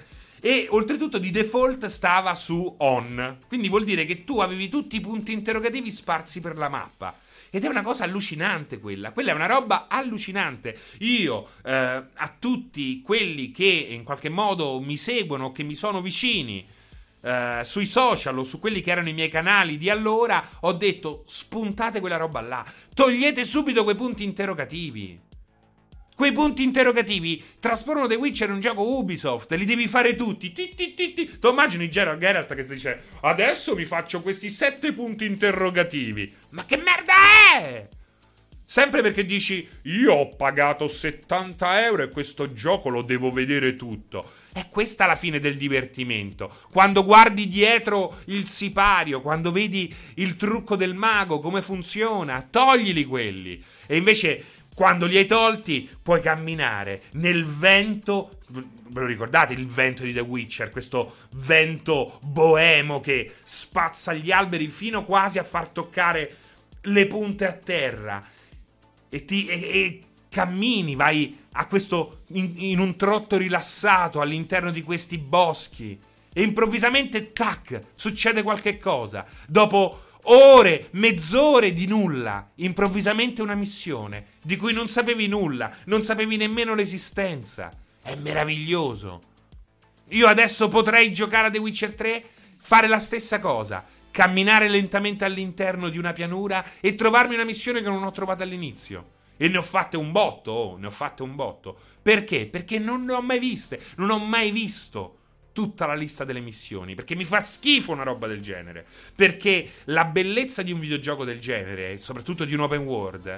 E oltretutto di default stava su on. Quindi vuol dire che tu avevi tutti i punti interrogativi sparsi per la mappa. Ed è una cosa allucinante quella. Quella è una roba allucinante. Io, eh, a tutti quelli che in qualche modo mi seguono, che mi sono vicini, eh, sui social o su quelli che erano i miei canali di allora, ho detto: spuntate quella roba là. Togliete subito quei punti interrogativi. Quei punti interrogativi trasformano The Witcher in un gioco Ubisoft. Li devi fare tutti. Ti, ti, ti, ti. Tu immagini Geralt Geralt che ti dice: adesso mi faccio questi sette punti interrogativi. Ma che merda è? Sempre perché dici: io ho pagato settanta euro e questo gioco lo devo vedere tutto. È questa la fine del divertimento. Quando guardi dietro il sipario, quando vedi il trucco del mago, come funziona, toglili quelli. E invece, quando li hai tolti, puoi camminare nel vento. Ve lo ricordate il vento di The Witcher? Questo vento boemo che spazza gli alberi fino quasi a far toccare le punte a terra. E, ti, e, e cammini, vai a questo in, in un trotto rilassato all'interno di questi boschi. E improvvisamente, tac, succede qualche cosa. Dopo ore, mezz'ore di nulla, improvvisamente una missione di cui non sapevi nulla, non sapevi nemmeno l'esistenza. È meraviglioso. Io adesso potrei giocare a The Witcher tre, fare la stessa cosa, camminare lentamente all'interno di una pianura e trovarmi una missione che non ho trovato all'inizio. E ne ho fatte un botto, oh, ne ho fatte un botto. Perché? Perché non ne ho mai viste, non ho mai visto tutta la lista delle missioni, perché mi fa schifo una roba del genere, perché la bellezza di un videogioco del genere, soprattutto di un open world,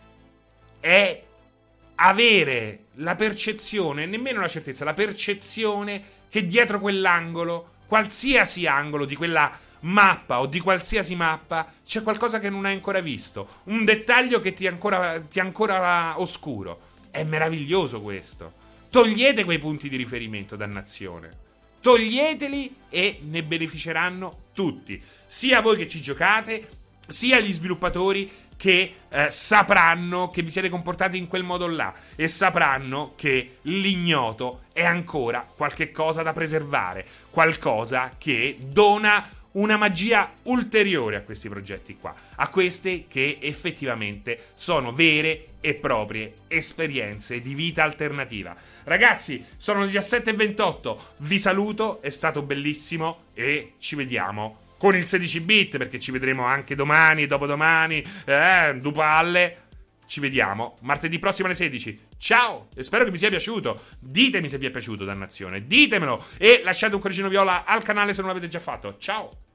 è avere la percezione, nemmeno la certezza, la percezione che dietro quell'angolo, qualsiasi angolo di quella mappa o di qualsiasi mappa, c'è qualcosa che non hai ancora visto, un dettaglio che ti è ancora, ti è ancora oscuro. È meraviglioso questo. Togliete quei punti di riferimento, dannazione. Toglieteli e ne beneficeranno tutti, sia voi che ci giocate, sia gli sviluppatori che eh, sapranno che vi siete comportati in quel modo là e sapranno che l'ignoto è ancora qualche cosa da preservare, qualcosa che dona una magia ulteriore a questi progetti qua, a queste che effettivamente sono vere e proprie esperienze di vita alternativa. Ragazzi, sono le diciassette e ventotto, vi saluto, è stato bellissimo e ci vediamo con il sedici bit, perché ci vedremo anche domani, dopodomani, eh, due palle. Ci vediamo martedì prossimo alle sedici. Ciao, e spero che vi sia piaciuto. Ditemi se vi è piaciuto, dannazione, ditemelo, e lasciate un cuoricino viola al canale se non l'avete già fatto. Ciao.